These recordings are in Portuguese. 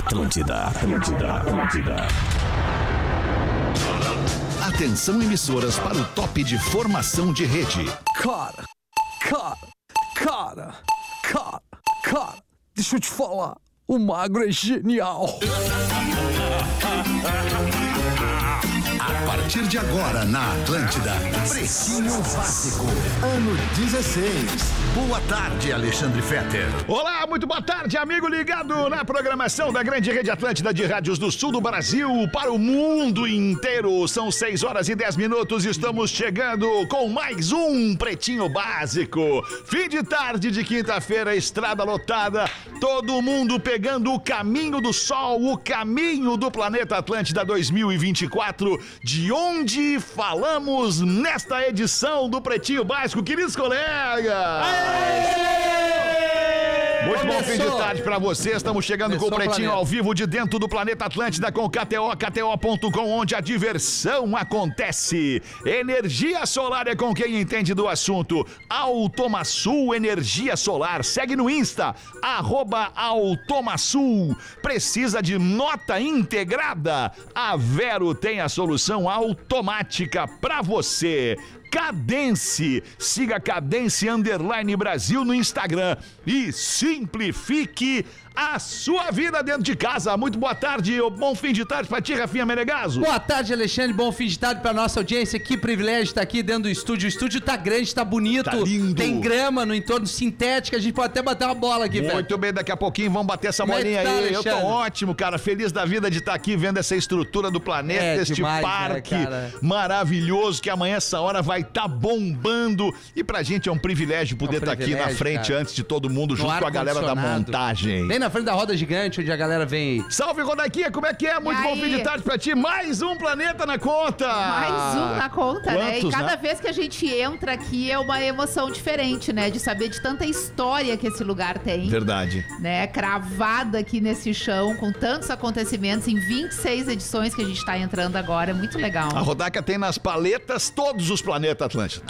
Atlântida. Atenção, emissoras, para o top de formação de rede. Cara, deixa eu te falar, o Magro é genial. A partir de agora, na Atlântida, Pretinho Básico, ano 16. Boa tarde, Alexandre Fetter. Olá, muito boa tarde, amigo ligado na programação da grande rede Atlântida de rádios do sul do Brasil para o mundo inteiro. São 6 horas e 10 minutos e estamos chegando com mais um Pretinho Básico. Fim de tarde de quinta-feira, estrada lotada, todo mundo pegando o caminho do sol, o caminho do planeta Atlântida 2024, de onde falamos nesta edição do Pretinho Básico, queridos colegas. Muito bom fim de tarde pra você. Estamos chegando com o Pretinho ao vivo de dentro do planeta Atlântida com o KTO, KTO.com, onde a diversão acontece. Energia solar é com quem entende do assunto. Automasul Energia Solar. Segue no Insta, @Automasul. Precisa de nota integrada? A Vero tem a solução automática pra você. Cadence, siga Cadence _Brasil no Instagram e simplifique a sua vida dentro de casa. Muito boa tarde, bom fim de tarde pra ti, Rafinha Menegaso. Boa tarde, Alexandre, bom fim de tarde pra nossa audiência. Que privilégio estar aqui dentro do estúdio. O estúdio tá grande, tá bonito, tá lindo. Tem grama no entorno, sintética, a gente pode até bater uma bola aqui, velho. Muito bem, daqui a pouquinho vamos bater essa bolinha tá, aí. Alexandre? Eu tô ótimo, cara, feliz da vida de estar aqui vendo essa estrutura do planeta, este demais, parque né, maravilhoso que amanhã essa hora vai estar bombando. E pra gente é um privilégio poder estar aqui na frente, cara, antes de todo mundo, junto com a galera da montagem. Bem na frente da roda gigante, onde a galera vem. Salve, Rodaquinha, como é que é? Muito bom fim de tarde pra ti. Mais um planeta na conta. Mais um na conta, né? E cada né? vez que a gente entra aqui é uma emoção diferente, né? De saber de tanta história que esse lugar tem. Verdade. Né? Cravada aqui nesse chão, com tantos acontecimentos em 26 edições que a gente tá entrando agora. É muito legal. A Rodaca tem nas paletas todos os planetas Atlântico.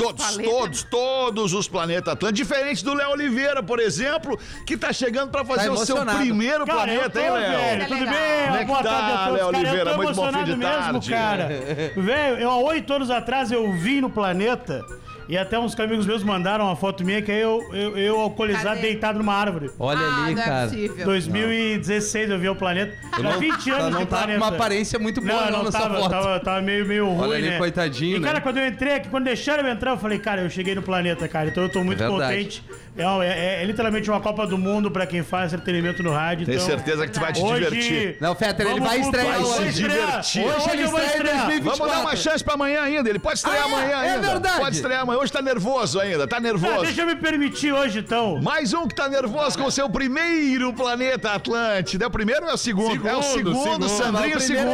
Todos os planetas Atlântico. Diferente do Léo Oliveira, por exemplo, que tá chegando pra fazer o seu primeiro planeta, hein, Léo? Tudo bem? Como é que Boa tarde a tá, todos, Léo cara. Oliveira? Eu tô Muito bom fim de emocionado mesmo, tarde. cara. Velho, eu há 8 anos atrás eu vim no planeta e até uns amigos meus mandaram uma foto minha que aí eu alcoolizado, Cadê? deitado numa árvore. Olha ali, não cara. É possível. 2016 eu vi o planeta. Já 20 anos não de tá com planeta. uma aparência muito boa não nessa foto. tava meio ruim, Olha ali, né? coitadinho, E, cara, né? quando eu entrei aqui, quando deixaram eu entrar, eu falei, cara, eu cheguei no planeta, cara. Então eu tô muito Verdade. contente. É literalmente uma Copa do Mundo pra quem faz entretenimento no rádio. Tenho então, certeza que tu vai te hoje... divertir. Não, Fetter, ele Vamos vai estrear cultuar, vai hoje. se divertir. Hoje ele eu vou estreia em estrear. 2024. Vamos dar uma chance pra amanhã ainda. Ele pode estrear amanhã é ainda. verdade. Pode estrear amanhã. Hoje tá nervoso ainda. Tá nervoso. Deixa eu me permitir hoje, então. Mais um que tá nervoso com o seu primeiro planeta Atlântida. É o primeiro ou é o segundo? É o segundo, Sandrinho, segundo.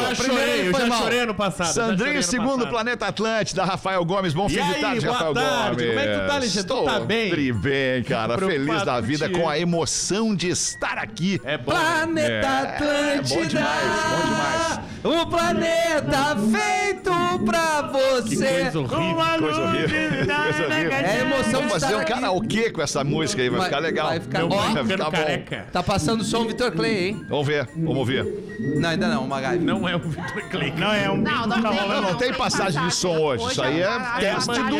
Eu já chorei ano passado. Sandrinho, segundo planeta Atlântida. Rafael Gomes, bom fim de tarde, Rafael Gomes. Como é que tu tá, Alexandre? Tu tá bem? Estou bem, cara. Feliz da vida contigo. com a emoção de estar aqui. É bom. Planeta Atlântida. Bom demais. O planeta feito pra você. Coisa horrível. Coisa horrível. Coisa horrível. É a emoção Vamos de fazer estar um aqui. karaokê com essa música aí, vai ficar legal. Vai ficar, Meu ó, pai vai ficando ficar bom. careca. tá passando o som Vitor Clay, hein? Vamos ver. Não, ainda não, Magali. Não é o Victor Clay. Não, é um Não, não tá tem. rolando. Não tem passagem de som hoje. Isso aí é teste do.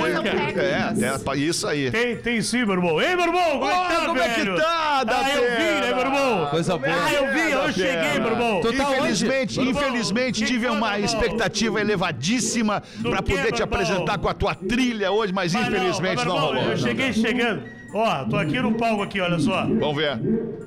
Isso aí. Tem sim, meu irmão. Ei, meu irmão, como é que tá, Como é que velho? tá, Ah, eu vi, né, meu irmão? Coisa boa. Ah, eu vi, eu cheguei, meu irmão. Tu tá Infelizmente, onde? infelizmente, Quem tive foi, uma meu irmão? expectativa elevadíssima pra quê, poder te meu irmão? apresentar com a tua trilha hoje, mas Mas infelizmente meu não irmão, rolou. Eu cheguei chegando. Ó, tô aqui no palco aqui, olha só. Vamos ver.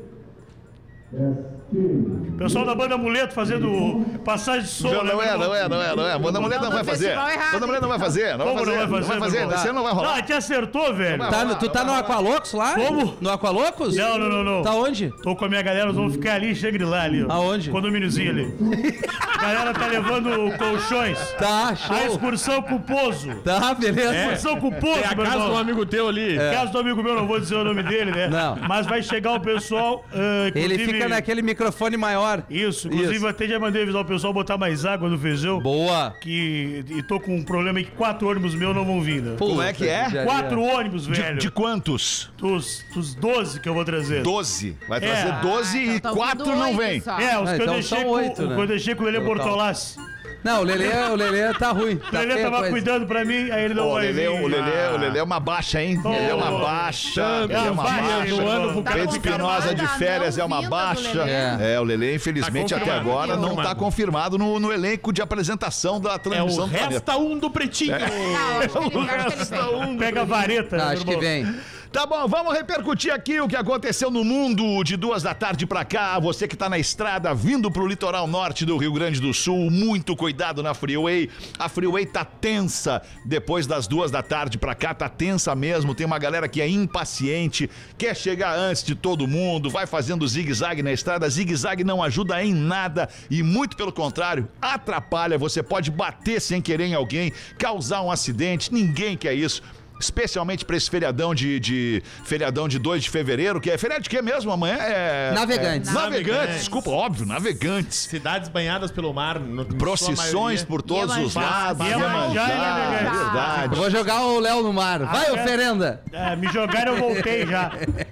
Pessoal da banda Amuleto fazendo passagem de som. Não, né, não meu é. irmão? Banda Mulher não vai fazer. festival errado, Banda Mulher não vai fazer. Não Como vai fazer. Não vai fazer. meu irmão? Esse ano não vai rolar. Não, te acertou, velho. Tu tá no Aqualocos lá? Como? No Aqualocos? Não. Tá onde? Tô com a minha galera, nós vamos ficar ali em Shangri-La ali, ó. Aonde? Condomíniozinho ali. A galera tá levando colchões. Tá, show. A excursão com o Pozo. Tá, beleza. Excursão com o Pozo, É a meu casa irmão. de um amigo teu ali. Caso do amigo meu, não vou dizer o nome dele, né? Não. Mas vai chegar o pessoal. Ele inclusive- fica naquele microfone maior. Isso, inclusive até já mandei avisar o pessoal botar mais água no feijão. Boa. E tô com um problema aí que 4 ônibus meus não vão vir, né? Como é que é? 4 ônibus, velho. De quantos? Dos 12 que eu vou trazer. 12. Vai trazer 12 e então 4 vindo não 8 vem. só. Os que eu então deixei são com 8, né? o que eu deixei com o Lelê Bortolassi. Não, o Lelê tá ruim. O Lelê feia a tava coisa. cuidando pra mim, aí ele não O vai Lelê, vir. o Lelê é uma baixa, hein? Ele é uma baixa. Ele é uma baixa, baixa. no ano pro Tá Pedro Espinosa de confirmada a férias não é uma vinda do baixa. Lelê. O Lelê, infelizmente, Tá até confirmado. agora não tá Confirmado. confirmado no elenco de apresentação da É transmissão o do planeta. Resta Um do Pretinho. Acho que ele vem. Pega a vareta. Tá, meu acho que irmão. vem. Tá bom, vamos repercutir aqui o que aconteceu no mundo de 2 da tarde pra cá. Você que tá na estrada vindo pro litoral norte do Rio Grande do Sul, muito cuidado na freeway. A freeway tá tensa depois das 2 da tarde pra cá, tá tensa mesmo. Tem uma galera que é impaciente, quer chegar antes de todo mundo, vai fazendo zigue-zague na estrada. Zigue-zague não ajuda em nada e muito pelo contrário, atrapalha. Você pode bater sem querer em alguém, causar um acidente. Ninguém quer isso. Especialmente pra esse feriadão de 2 de fevereiro, que é feriado de quê mesmo? Amanhã é... Navegantes. Navegantes, desculpa, óbvio, navegantes. Cidades banhadas pelo mar. Procissões por todos os lados. Iemanjá e Navegantes. Eu Verdade. vou jogar o Léo no mar. Vai, oferenda. Me jogaram, eu voltei já.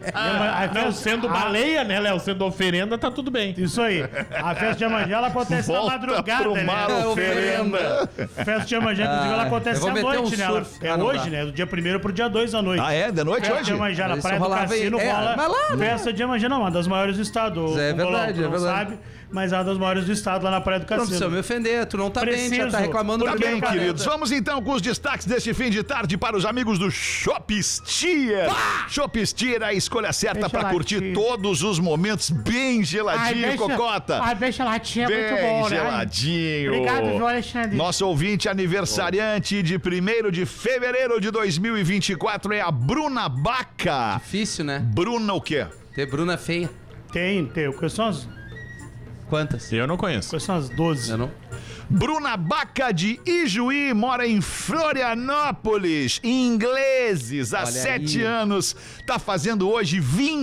Não, sendo baleia, né, Léo? Sendo oferenda, tá tudo bem. Isso aí. A festa de Iemanjá, ela acontece na Volta madrugada, pro mar, né? oferenda. A festa de Iemanjá, inclusive, ela eu acontece vou à meter noite, um né? Ela- surf. É Ah, não hoje, dá. né? Do dia 1º pro dia 2 à noite. Ah, é? De noite Festa de hoje? Iemanjá, na Isso Praia do rolava aí. Cassino É, rola. mas lá, né? Festa de Iemanjá, não, uma das maiores do estado. É O verdade, Bolão, tu é não verdade. sabe, mas é uma das maiores do estado lá na Praia do Não precisa Cassino. me ofender, tu não tá bem, já Preciso. tá reclamando Tá porque bem, não tá queridos. dentro. Vamos então com os destaques deste fim de tarde para os amigos do Chopistier. Chopistier, a escolha certa Bem para curtir geladinho. todos os momentos bem geladinho, Cocota. bem geladinho, Bem geladinho. Obrigado, viu, Alexandre? Nosso ouvinte aniversariante de 1º de fevereiro de 2024 é a Bruna Baca. Difícil, né? Bruna o quê? Ter Bruna feia. Tem. Quais são as Quantas? Eu não conheço. 12? Eu não. Bruna Baca de Ijuí mora em Florianópolis, ingleses, há Olha 7 aí. anos, tá fazendo hoje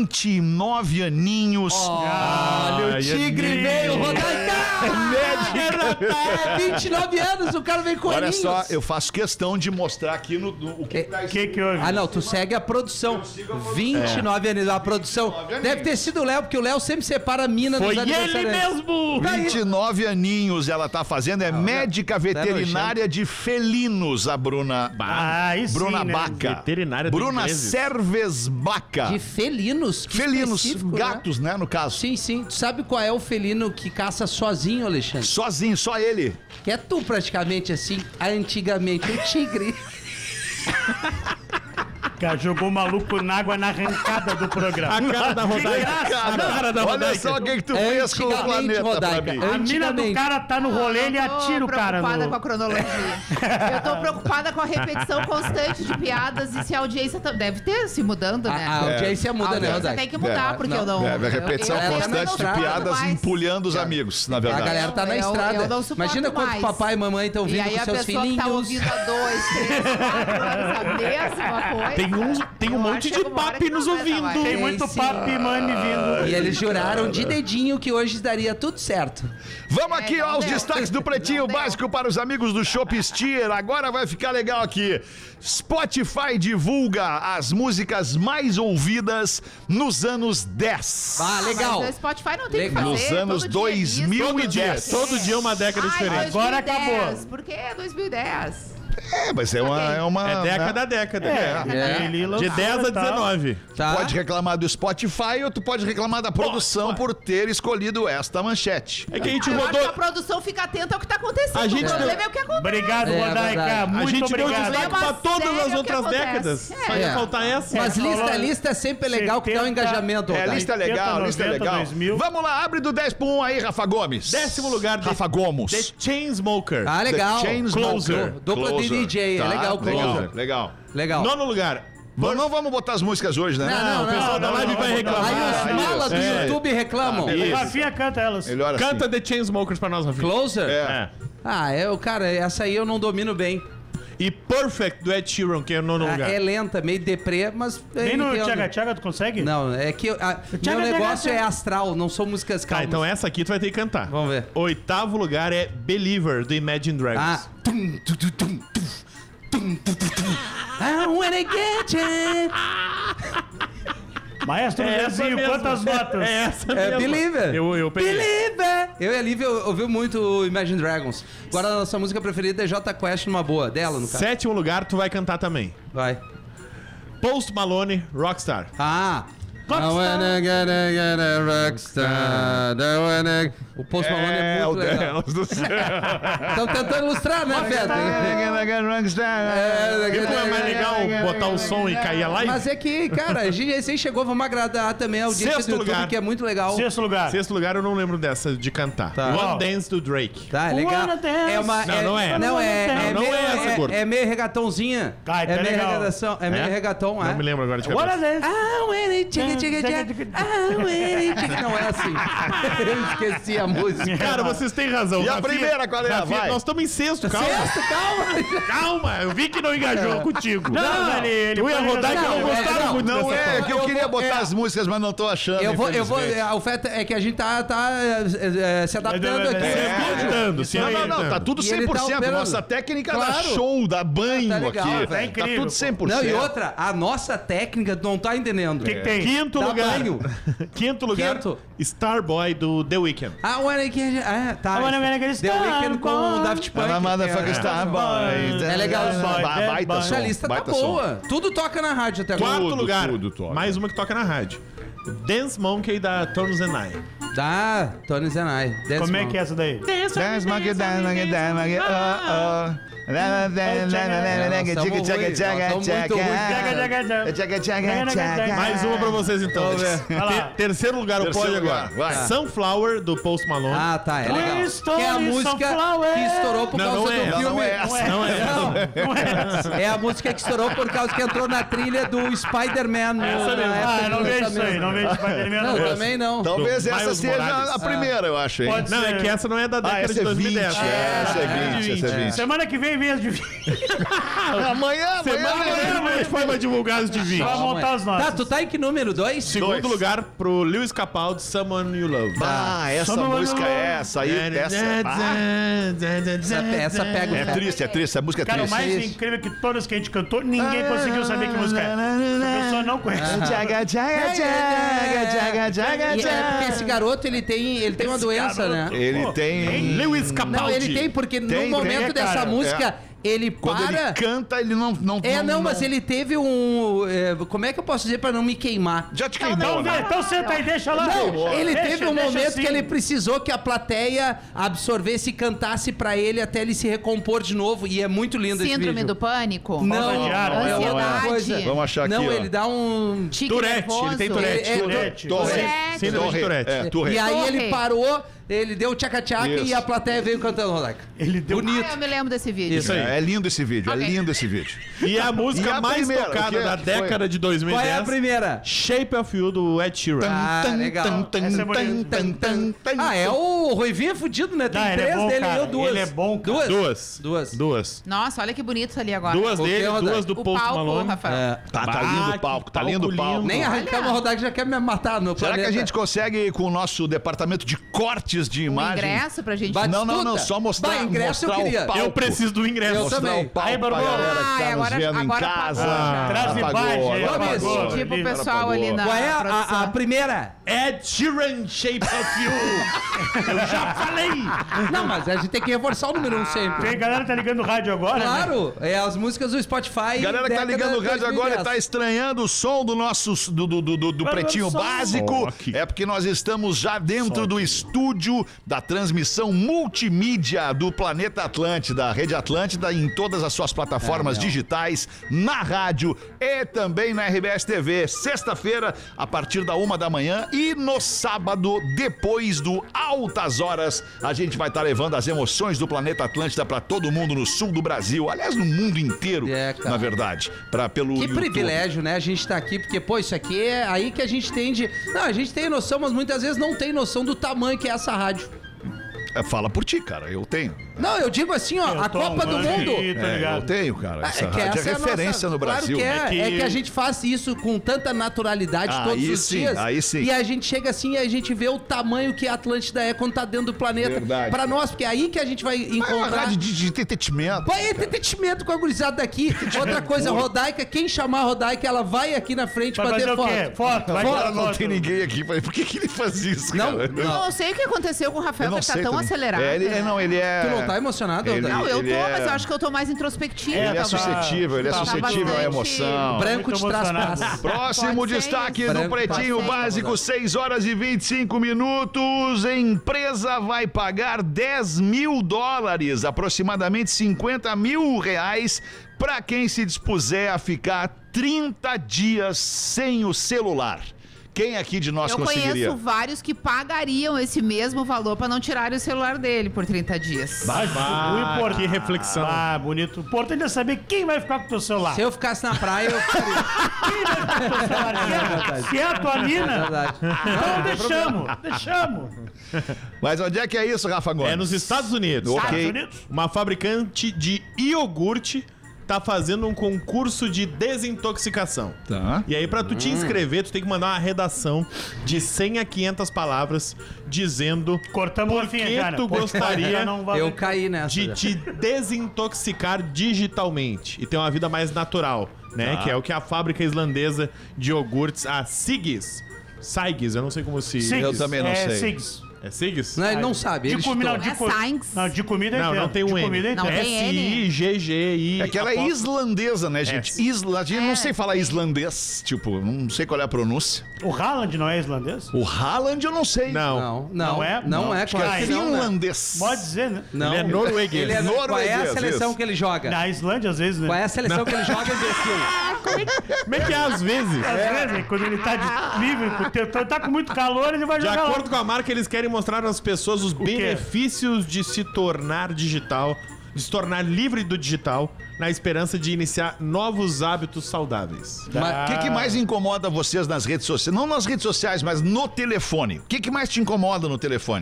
29 aninhos. Olha, o tigre veio, Rodaica! É 29 anos, o cara vem com Olha aninhos. só, eu faço questão de mostrar aqui no o que tá O que houve? Ah, não, tu segue a produção. 29 anos, a produção. Deve ter sido o Léo, porque o Léo sempre separa a mina Foi dos ele aniversariantes. mesmo! 29 aninhos ela tá fazendo, é médica veterinária de felinos, a Bruna. Aí sim, Bruna né? Baca. Veterinária dos Bruna ingleses. Serves Baca. De felinos? Que Felinos, específico, gatos, né, no caso. Sim, sim. Tu sabe qual é o felino que caça sozinho, Alexandre? Sozinho, só ele. Que é tu praticamente assim, antigamente, o tigre. Cara, jogou o maluco na água na arrancada do programa. A cara da Rodaica. A cara da Olha Rodaica. só o que tu fez com o Antigamente, planeta pra Rodaica. mim. A mina do Antigamente. cara tá no rolê, ele atira o cara Eu tô preocupada no... com a cronologia. Eu tô preocupada com a repetição constante de piadas e se a audiência deve ter se mudando, né? A audiência A muda, né, audiência Rodaica? tem que mudar, porque não. eu não... É, a repetição eu constante não de suporto piadas mais. empulhando os amigos, na A verdade. galera tá na Eu estrada. não suporto Imagina quanto mais. papai e mamãe estão E vindo aí com a seus pessoa filhinhos. que tá ouvindo há 2, 3, 4 anos a mesma coisa. Tem um Eu monte acho que de chega uma hora papi que não nos aguenta ouvindo. mais. Tem muito Sim. papo e mami vindo. E eles juraram de dedinho que hoje daria tudo certo. Vamos aqui não aos deu. destaques do Pretinho Não deu. Básico para os amigos do Chopistier. Agora vai ficar legal aqui. Spotify divulga as músicas mais ouvidas nos anos 10. Ah, legal. Mas o Spotify não tem o que Legal. fazer. Nos anos todo dia é isso. 2010. Todo dia uma década diferente. Agora acabou. Por que 2010? É, mas é uma... É década né? a década. É. Ele De lançou 10 a e tal. 19. Tá? Pode reclamar do Spotify ou tu pode reclamar da produção por ter escolhido esta manchete. É que a gente Eu acho que rodou. a produção fica atenta ao que tá acontecendo. A gente o problema deu- é o que acontece. Obrigado, É, Rodaica. verdade. A Muito gente deu obrigado. destaque pra todas sério as que outras acontece. décadas. Só ia É. faltar essa. Mas lista é sempre legal que dá um engajamento. É, Rodaica. lista é legal, 80, lista é 90, legal. 2000. Vamos lá, abre do 10 pro 1 aí, Rafa Gomes. 10º lugar, Rafa Gomes. The Chainsmoker. Ah, legal. The Chainsmokers. Dupla de DJ, é legal, Closer. Legal. Legal. Nono lugar. Não vamos botar as músicas hoje, né? Não, O pessoal da live vai reclamar. Aí os malas do É. YouTube reclamam. O Rafinha canta elas. Melhor assim. Canta The Chainsmokers pra nós, Rafinha. Closer? É. Ah, cara, essa aí eu não domino bem. E Perfect do Ed Sheeran, que é o nono lugar. É lenta, meio deprê, mas... Nem no entendo. Tchaga Tchaga tu consegue? Não, é que meu negócio é astral, não são músicas Tá, calmas. então essa aqui tu vai ter que cantar. Vamos ver. Oitavo lugar é Believer, do Imagine Dragons. Ah. Tum, tum, tum, tum, tum, tum, tum, tum. I wanna get you. Maestro Zezinho, quantas notas? É essa É mesmo. Believer. Eu peguei. Believer. Eu e a Lívia ouviu muito o Imagine Dragons. Agora a nossa música preferida é Jota Quest numa boa, dela no caso. Sétimo lugar, tu vai cantar também. Vai. Post Malone, Rockstar. Ah. Rockstar. I wanna get a rockstar. I wanna... O Post Malone é muito legal. Deus do céu. Estão tentando ilustrar, né, Feta? Porque não é mais legal botar o som e cair a live? Mas é que, cara, a gente recém chegou, vamos agradar também a audiência Sexto do YouTube, lugar. que é muito legal. Sexto lugar. Sexto lugar eu não lembro dessa de cantar. Tá. One Dance do Drake. Tá, é legal. Wanna dance. É uma... Não, não é. Não, é Não, meio, não é essa, gordo. é meio regatãozinha. Ah, então é meio legal. regatação. É meio reggaeton, Não me lembro agora de What cabeça. is this? Ah, when it chicka chicka chicka. Ah, when it chicka. Não é assim. Eu esqueci a música. Cara, vocês têm razão. E a primeira, qual é? Rafinha, Vai. nós estamos em sexto, calma. Sexto, calma. Calma, eu vi que não engajou contigo. Não, ele Tu ia foi rodar que eu não Não, gostava não, muito Não dessa é, que eu Eu queria vou- botar é. as músicas, mas não tô achando. Eu vou, infelizmente. o fato é que a gente tá se adaptando aqui. Se Não, não, tá tudo E ele tá 100%. operando. Nossa técnica dá Claro. show, dá banho Tá legal, aqui. velho. Tá incrível, Tá tudo 100%. Não, e outra, a nossa técnica tu não tá entendendo. O que tem? Quinto Dá lugar. banho. Quinto lugar. Quinto. Starboy do The Weeknd. Ah, when I get... Ah, tá. I wanna get The Weeknd com o Daft Punk. Motherfucker Starboy. É legal. Baita som. Essa lista tá baita som. boa. Tudo toca na rádio até agora. Quarto Tudo, lugar. tudo toca. Mais uma que toca na rádio. Dance Monkey da Tones and I. Tá, Tony Zenai. Como é que é essa daí? Dance monkey, dance monkey, dance monkey, oh, oh. Mais uma pra vocês então. Vamos ver. Vai lá. Terceiro lugar, o Terceiro pódio lugar, agora. vai. Sunflower do Post Malone. Ah, tá, é legal. Story, Que é a música Sunflower. que estourou por Não, causa não é do essa, filme. não é essa. Não é. Não é essa. É a música que estourou por causa que entrou na trilha do Spider-Man. Essa mesmo. Ah, eu não vejo isso aí, não vejo Spider-Man. Não, também não. Talvez Do essa Miles seja Morales. a primeira, eu acho, hein? Pode Não, é que essa não é da década essa de é 20. 2010. Essa é 20, essa é 20. Semana que vem as de 20. Amanhã, Semana que vem a gente vai divulgar as de 20. Vai montar as notas. Tá, tu tá em que número? 2? Segundo Dois. lugar pro Lewis Capaldi, Someone You Love. Ah, essa Someone música You é essa aí. Essa pega o É triste, é triste. Essa música é Cara, o triste. mais incrível é que todas que a gente cantou, ninguém conseguiu saber que música é. A pessoa não conhece. E é porque esse garoto, ele tem uma doença, né? Ele tem. Lewis Capaldi. Não, ele tem, porque no Tem, momento tem, dessa cara. música, ele Quando para... ele canta, ele não. mas ele teve um... como é que eu posso dizer pra não me queimar? Já te Então, queimou, né? então senta aí, deixa lá. Não, ele Deixa- teve um deixa momento assim. que ele precisou que a plateia absorvesse e cantasse pra ele até ele se recompor de novo. E é muito lindo esse Síndrome vídeo. do pânico? Não, diária, é outra ansiedade. coisa. Vamos achar aqui, Não, ó. ele dá um... Tique Tourette, nervoso. ele tem Tourette. Tourette. Torre. Síndrome de Tourette. É, Torre. E aí Torre. ele parou, ele deu tchaca-tchaca Isso. e a plateia veio cantando Rodaica. Ele deu Bonito. Ah, eu me lembro desse vídeo. Isso aí. É lindo esse vídeo, Ok. é lindo esse vídeo. E a música E a mais primeira, tocada o que é da que foi? década de 2010. Qual é a primeira? Shape of You do Ed Sheeran. Ah, legal. Essa é bonita. Ah, é o Ruivinho é fudido, né? Tem Não, ele é 3 bom, dele cara. e eu 2. Ele é bom, cara. Duas. Nossa, olha que bonito ali agora. Duas O que, dele, Rodaica? duas do O Post palco, Malone. Rafael. É. Tá lindo o palco, tá lindo o palco. lindo. Nem arrancamos a Rodaica já quer me matar no Será que planeta. a gente consegue, com o nosso departamento de cortes de Um imagem... ingresso pra gente... Vai- Não, Disputa. só mostrar, Vai, ingresso eu mostrar queria. o palco. Eu preciso do ingresso. Eu Mostrar também. o palco Aí, pra Barbosa. galera que tá Ah, nos agora- vendo em agora casa. apagou. Traz Apagou, imagem, agora apagou. apagou. Pedir pro Agora pessoal apagou. ali na Qual é a produção. primeira? Ed Sheeran, Shape of You. Eu já falei. Não, mas a gente tem que reforçar o número 1 sempre. Tem galera que tá ligando o rádio agora, né? Claro, é as músicas do Spotify. Galera que tá década ligando o rádio 2010. agora e tá estranhando o som do nosso do Pretinho som. Básico. Aqui. É porque nós estamos já dentro do estúdio da transmissão multimídia do Planeta Atlântida, Rede Atlântida, em todas as suas plataformas digitais, na rádio e também na RBS TV. Sexta-feira, a partir da 1 da manhã, e no sábado, depois do Altas Horas, a gente vai estar levando as emoções do Planeta Atlântida pra todo mundo no sul do Brasil, aliás, no mundo inteiro, É, cara. na verdade, pelo Que YouTube. privilégio, né? A gente tá aqui, porque, pô, isso aqui é aí que a gente tem de... Não, a gente tem noção, mas muitas vezes não tem noção do tamanho que é essa rádio. Fala por ti, cara, eu tenho. Não, eu digo assim, ó, a Copa do Mundo... Eu tenho, cara. Essa rádio é referência no Brasil. Claro que é que a gente faz isso com tanta naturalidade todos os dias. Aí sim. E a gente chega assim e a gente vê o tamanho que a Atlântida é quando tá dentro do planeta. Verdade. Pra nós, porque é aí que a gente vai encontrar... É uma rádio de entretenimento. Vai entretenimento com a gurizada daqui. Outra coisa, Rodaica, quem chamar a Rodaica, ela vai aqui na frente Vai bater fazer o quê? foto. Agora não tem ninguém aqui. Por que ele faz isso, cara? Não, eu sei o que aconteceu com o Rafael, que ele tá tão também. acelerado. Ele é... Tu não tá emocionado, Ele- Rodaica? Não, eu tô, é- mas eu acho que eu tô mais introspectiva. Ele é suscetível, Tava à bastante- emoção. Branco de trás emocionado. passa. Próximo Pode ser destaque isso. do Branco, Pretinho pode ser. Básico, 6 horas e 25 minutos. Empresa vai pagar $10 mil, aproximadamente R$50 mil, para quem se dispuser a ficar 30 dias sem o celular. Quem aqui de nós Eu conseguiria? conheço vários que pagariam esse mesmo valor pra não tirarem o celular dele por 30 dias. Que reflexão. Ah, bonito. O importante é saber quem vai ficar com o teu celular. Se eu ficasse na praia, eu ficaria. Quem vai ficar com o teu celular? Se é a tua mina, Verdade. então deixamos. Mas onde é que é isso, Rafa Gomes? É nos Estados Unidos. Ok. Estados Unidos? Uma fabricante de iogurte tá fazendo um concurso de desintoxicação. Tá. E aí, pra tu te inscrever, tu tem que mandar uma redação de 100 a 500 palavras dizendo Cortamos por o fim, que cara. tu gostaria Eu caí nessa. de já. te desintoxicar digitalmente e ter uma vida mais natural, né? Que é o que a fábrica islandesa de iogurtes, a Sigis, eu não sei como se... Sigs. Eu também não sei. Sigs. É Sigis? Não, ele não sabe. Ele comida, chutou. É Sainz. Não, de comida Não, entendo. não tem um de comida N. Não entendo. tem N. S-I-G-G-I... É que ela é islandesa, né, gente? Eu não sei falar islandês. Tipo, não sei qual é a pronúncia. O Haaland não é islandês? O Haaland eu não sei. Não. Não é? Não é, Acho que claro é que não, né? finlandês. Pode dizer, né? Não. Ele é norueguês. Ele é Norueguês, Qual é a seleção isso. que ele joga? Na Islândia, às vezes, né? Qual é a seleção que ele joga, imbecil? Como é que é às vezes? Às vezes, quando ele tá livre, tá com muito calor, ele vai De jogar acordo com a marca, eles querem mostrar às pessoas os benefícios de se tornar digital, de se tornar livre do digital, na esperança de iniciar novos hábitos saudáveis. O que mais incomoda vocês nas redes sociais? Não nas redes sociais, mas no telefone. O que mais te incomoda no telefone?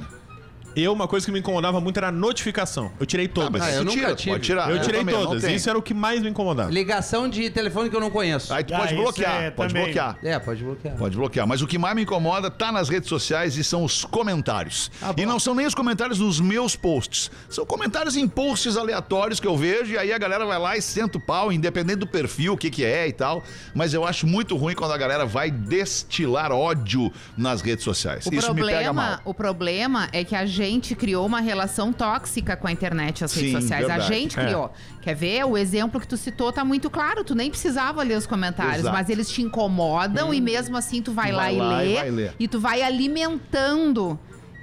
Uma coisa que me incomodava muito era a notificação. Eu tirei todas. eu Isso nunca tira, tive. pode tirar. Eu tirei também, não todas. tenho. Isso era o que mais me incomodava. Ligação de telefone que eu não conheço. Aí tu Ah, pode isso bloquear, é pode também. bloquear. Pode bloquear. Pode bloquear, mas o que mais me incomoda tá nas redes sociais e são os comentários. E não são nem os comentários nos meus posts. São comentários em posts aleatórios que eu vejo e aí a galera vai lá e senta o pau, independente do perfil, o que é e tal. Mas eu acho muito ruim quando a galera vai destilar ódio nas redes sociais. Isso me pega mal. O problema é que a gente criou uma relação tóxica com a internet e as redes Sim, sociais. verdade. A gente criou. Quer ver? O exemplo que tu citou tá muito claro. Tu nem precisava ler os comentários, Exato. mas eles te incomodam e mesmo assim tu vai lá e vai ler. e tu vai alimentando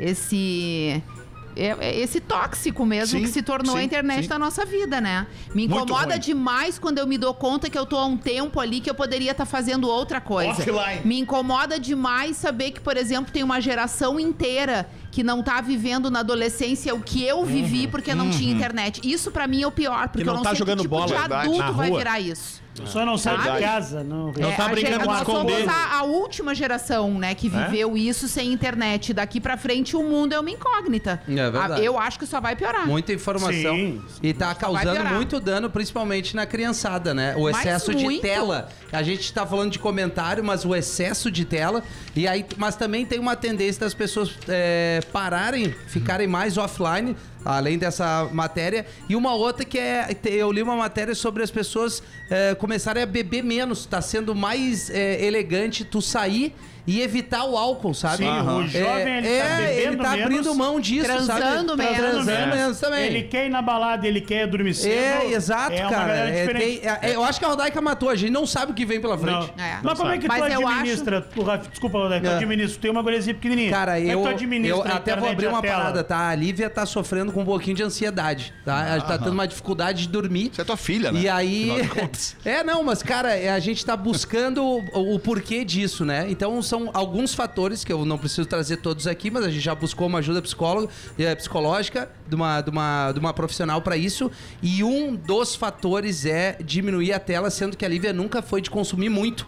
esse tóxico mesmo Sim, que se tornou sim, a internet sim. da nossa vida, né? Me Muito incomoda ruim. demais quando eu me dou conta que eu tô há um tempo ali que eu poderia estar fazendo outra coisa. Offline. Me incomoda demais saber que, por exemplo, tem uma geração inteira que não tá vivendo na adolescência o que eu vivi porque não tinha internet. Isso pra mim é o pior, porque Que não eu não tá sei jogando que tipo bola, de verdade, adulto na vai rua. virar isso. Só não sai de Sabe? casa. Não tá brincando de nós esconder. somos a última geração, né, que viveu isso sem internet. Daqui pra frente o mundo é uma incógnita. É verdade. Eu acho que só vai piorar. Muita informação. Sim. E tá causando piorar. muito dano, principalmente na criançada, né? O Mas excesso de muito. tela. A gente tá falando de comentário, mas o excesso de tela. E aí, mas também tem uma tendência das pessoas pararem, ficarem mais offline, além dessa matéria. E uma outra que eu li uma matéria sobre as pessoas começarem a beber menos. Tá sendo mais elegante tu sair e evitar o álcool, sabe? Sim, o jovem, ele tá bebendo ele tá menos, abrindo mão disso, transando sabe? menos. Transando menos também. Ele quer ir na balada, ele quer dormir cedo. Exato, é uma cara. galera diferente. Eu acho que a Rodaica matou, a gente não sabe o que vem pela frente. Não. É. Mas como é que Mas tu eu administra? Desculpa, Rodaica, tu administra. Tu tem uma guriazinha pequenininha. Cara, Como é que eu tu administra a até vou internet abrir e a uma tela? parada, tá? A Lívia tá sofrendo com um pouquinho de ansiedade, tá? Ela tá tendo uma dificuldade de dormir. Isso é tua filha, né? E aí. Afinal de contas. Não, mas, cara, a gente tá buscando o porquê disso, né? Então são alguns fatores que eu não preciso trazer todos aqui, mas a gente já buscou uma ajuda psicológica de uma profissional pra isso. E um dos fatores é diminuir a tela, sendo que a Lívia nunca foi de consumir muito.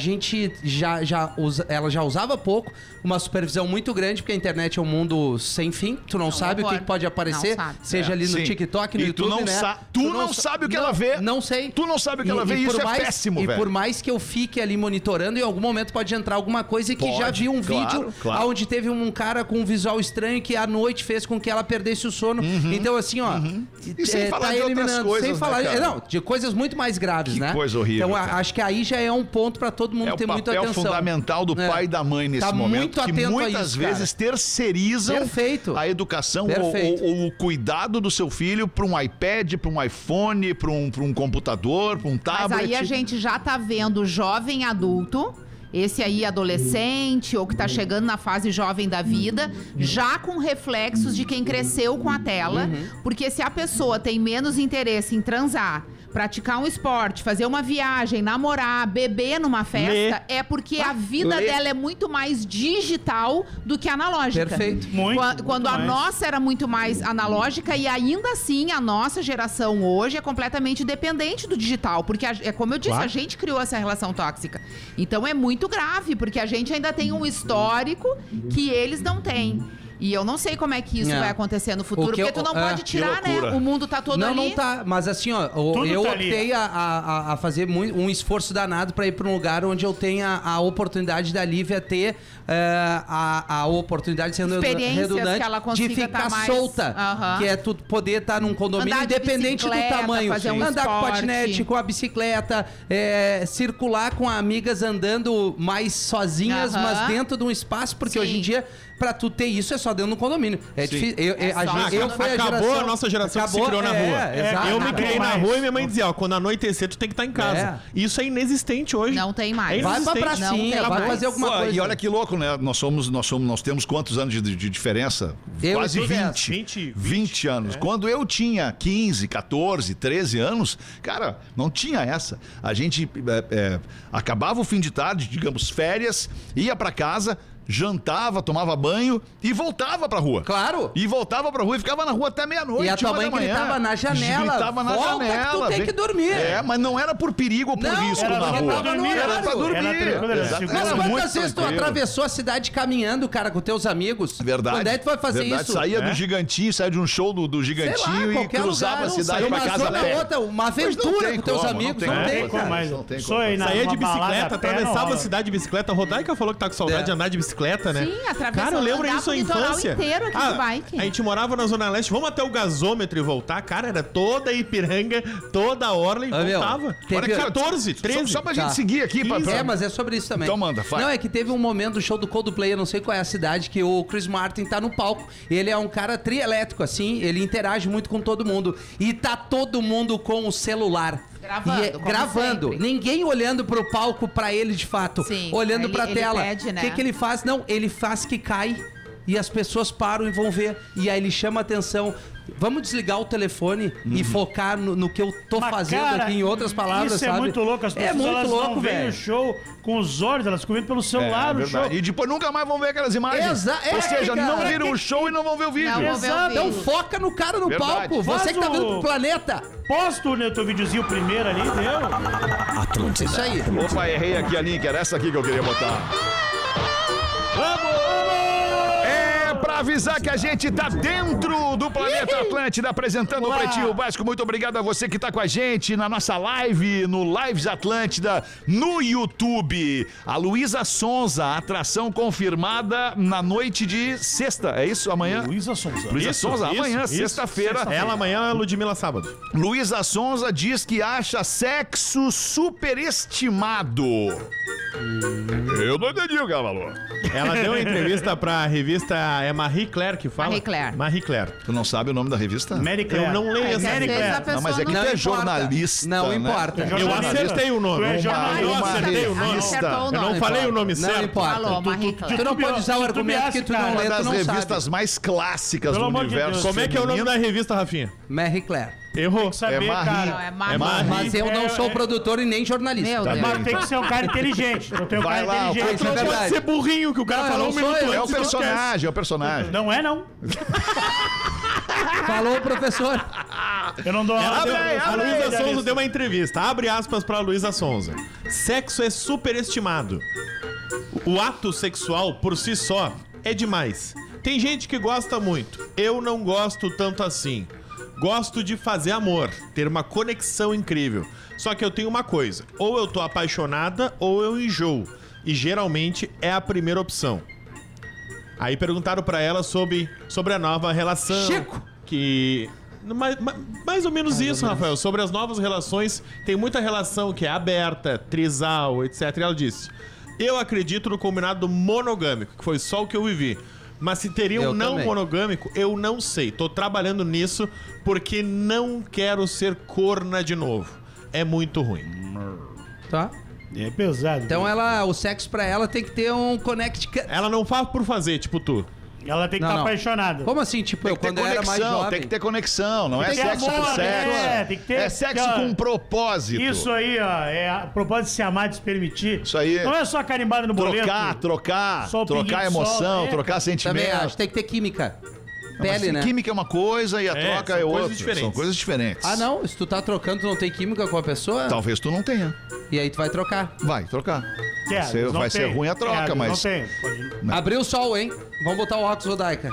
Ela já usava pouco, uma supervisão muito grande, porque a internet é um mundo sem fim. Tu não sabe o que pode aparecer, seja ali no TikTok, no e YouTube, tu não sabe o que ela vê. Não sei. Tu não sabe o que ela vê e isso é péssimo, velho. E por mais que eu fique ali monitorando, em algum momento pode entrar alguma coisa que já vi um vídeo onde teve um cara com um visual estranho que à noite fez com que ela perdesse o sono. Então, assim, ó, e sem falar de outras coisas, sem falar, né, não, de coisas muito mais graves, que né? Coisa horrível. Então, acho que aí já é um ponto pra todo mundo ter muita atenção. É o papel fundamental do pai e da mãe nesse momento, muito que atento muitas a isso, vezes terceirizam a educação ou o cuidado do seu filho para um iPad, para um iPhone, para um computador, para um tablet. Mas aí a gente já tá vendo jovem adulto, esse aí adolescente ou que tá chegando na fase jovem da vida, já com reflexos de quem cresceu com a tela, porque se a pessoa tem menos interesse em transar, praticar um esporte, fazer uma viagem, namorar, beber numa festa, é porque a vida dela é muito mais digital do que analógica. Perfeito. Quando a nossa era muito mais analógica, e ainda assim a nossa geração hoje é completamente dependente do digital, porque é como eu disse, a gente criou essa relação tóxica. Então é muito grave, porque a gente ainda tem um histórico que eles não têm. E eu não sei como é que isso vai acontecer no futuro, porque tu não pode tirar, né? O mundo tá todo ali. Não tá. Mas assim, ó, eu optei a fazer um esforço danado pra ir pra um lugar onde eu tenha a oportunidade da Lívia ter a oportunidade, sendo redundante, de ficar solta. Que é tu poder estar num condomínio, independente do tamanho. Andar com patinete, com a bicicleta, circular com amigas andando mais sozinhas, mas dentro de um espaço, porque hoje em dia, pra tu ter isso, é só dentro do condomínio. É difícil. Acabou a nossa geração que se criou na rua. Eu me criei na rua e minha mãe dizia, ó, quando anoitecer, tu tem que estar em casa. Isso é inexistente hoje. Não tem mais. Vai pra pracinha, vai fazer alguma coisa. E olha que louco, né? Nós temos quantos anos de diferença? Quase 20 anos. Quando eu tinha 15, 14, 13 anos, cara, não tinha essa. A gente acabava o fim de tarde, digamos, férias, ia pra casa, jantava, tomava banho e voltava pra rua. Claro. E voltava pra rua e ficava na rua até meia-noite. E a tua mãe gritava na janela. Gritava na janela. Que tu tem que dormir. Mas não era por perigo ou por risco na rua. Era pra dormir. Mas quantas vezes tu atravessou a cidade caminhando, cara, com teus amigos? Verdade. Quando é que tu vai fazer isso? Saía do Gigantinho, saía de um show do Gigantinho e cruzava a cidade pra casa a pé. Uma aventura com teus amigos. Não tem como. Saía de bicicleta, atravessava a cidade de bicicleta. A Rodaica falou que tá com saudade de andar de bicicleta, né? Sim, atravessou. Cara, eu lembro isso na infância. Inteiro aqui de bike. A gente morava na Zona Leste, vamos até o gasômetro e voltar. Cara, era toda a Ipiranga, toda a orla e voltava. Olha, 14, 13. Só pra gente seguir aqui. Mas é sobre isso também. Então manda, faz. Não, é que teve um momento do show do Coldplay, eu não sei qual é a cidade, que o Chris Martin tá no palco. Ele é um cara trielétrico, assim, ele interage muito com todo mundo. E tá todo mundo com o celular. Gravando. Ninguém olhando pro palco pra ele de fato. Sim, olhando pra tela. Pede, né? O que ele faz? Não, ele faz que cai e as pessoas param e vão ver. E aí ele chama a atenção. Vamos desligar o telefone e focar no que eu tô fazendo, cara, aqui, em outras palavras, isso sabe? É muito louco. As pessoas muito louco, não veem o show com os olhos, elas ficam vendo pelo celular o show. E depois nunca mais vão ver aquelas imagens. Ou seja, não viram o show e não vão ver o vídeo. Então foca no cara no palco. Você que tá vendo pro planeta. Posta o teu videozinho primeiro ali, deu? Atlântida. Isso aí. Opa, errei aqui a link, era essa aqui que eu queria botar. Vamos! Pra avisar que a gente tá dentro do Planeta Atlântida, apresentando o Pretinho Básico. Muito obrigado a você que tá com a gente na nossa live, no Lives Atlântida, no YouTube. A Luísa Sonza, atração confirmada na noite de sexta, é isso? Amanhã? Luísa Sonza. Luísa Sonza, amanhã, sexta-feira. Ela amanhã é Ludmilla sábado. Luísa Sonza diz que acha sexo superestimado. Eu não entendi o que ela falou. Ela deu uma entrevista pra revista Marie Claire que fala? Marie Claire. Tu não sabe o nome da revista? Mary Claire. Eu não leio essa revista. Não, mas é que tu é jornalista. Não importa. Né? Eu acertei o nome. Eu acertei o nome. Eu não falei o nome certo. Não importa. Tu não pode usar o argumento que tu não lê, tu não sabe. Uma das revistas mais clássicas do universo. Como é que é o nome da revista, Rafinha? Marie Claire. Errou. Saber, é Marie. Mas eu não sou produtor e nem jornalista. Mas tem que ser um cara inteligente. Eu tenho um cara inteligente. Não pode ser burrinho que o cara falou um minuto antes. É o personagem, é o personagem. Não é, não. Falou, professor. Eu não dou A Luísa Sonza Sonza deu uma entrevista. Abre aspas pra Luísa Sonza. Sexo é superestimado. O ato sexual, por si só, é demais. Tem gente que gosta muito. Eu não gosto tanto assim. Gosto de fazer amor, ter uma conexão incrível. Só que eu tenho uma coisa. Ou eu tô apaixonada ou eu enjoo. E geralmente é a primeira opção. Aí perguntaram pra ela sobre a nova relação. Chico! Que... Mais ou menos isso, Rafael. Sobre as novas relações, tem muita relação que é aberta, trisal, etc. E ela disse: eu acredito no combinado monogâmico, que foi só o que eu vivi. Mas se teria um não monogâmico, eu não sei. Tô trabalhando nisso porque não quero ser corna de novo. É muito ruim. Tá. É pesado. Então o sexo pra ela tem que ter um connect. Ela não faz por fazer, tipo tu. Ela tem que estar apaixonada. Como assim? Tipo, eu quando eu era mais jovem. Tem que ter conexão, não é Tem que ter sexo por amor, sexo. tem que ter É sexo com um propósito. Isso aí, ó, é a propósito de se amar, de se permitir. Isso aí. Não é só carimbada no boleto. Trocar Só o pinguinho trocar de emoção, sol, trocar sentimento. Também acho, tem que ter química. Mas Pele, né? Química é uma coisa e a troca são é coisas outra. diferentes. São coisas diferentes. Ah, não? Se tu tá trocando, tu não tem química com a pessoa? Talvez tu não tenha. E aí tu vai trocar. Vai trocar. Não Vai ser tem. ruim a troca, mas... Não tem. Pode... Abriu o sol, hein? Vamos botar o óculos, Rodaica.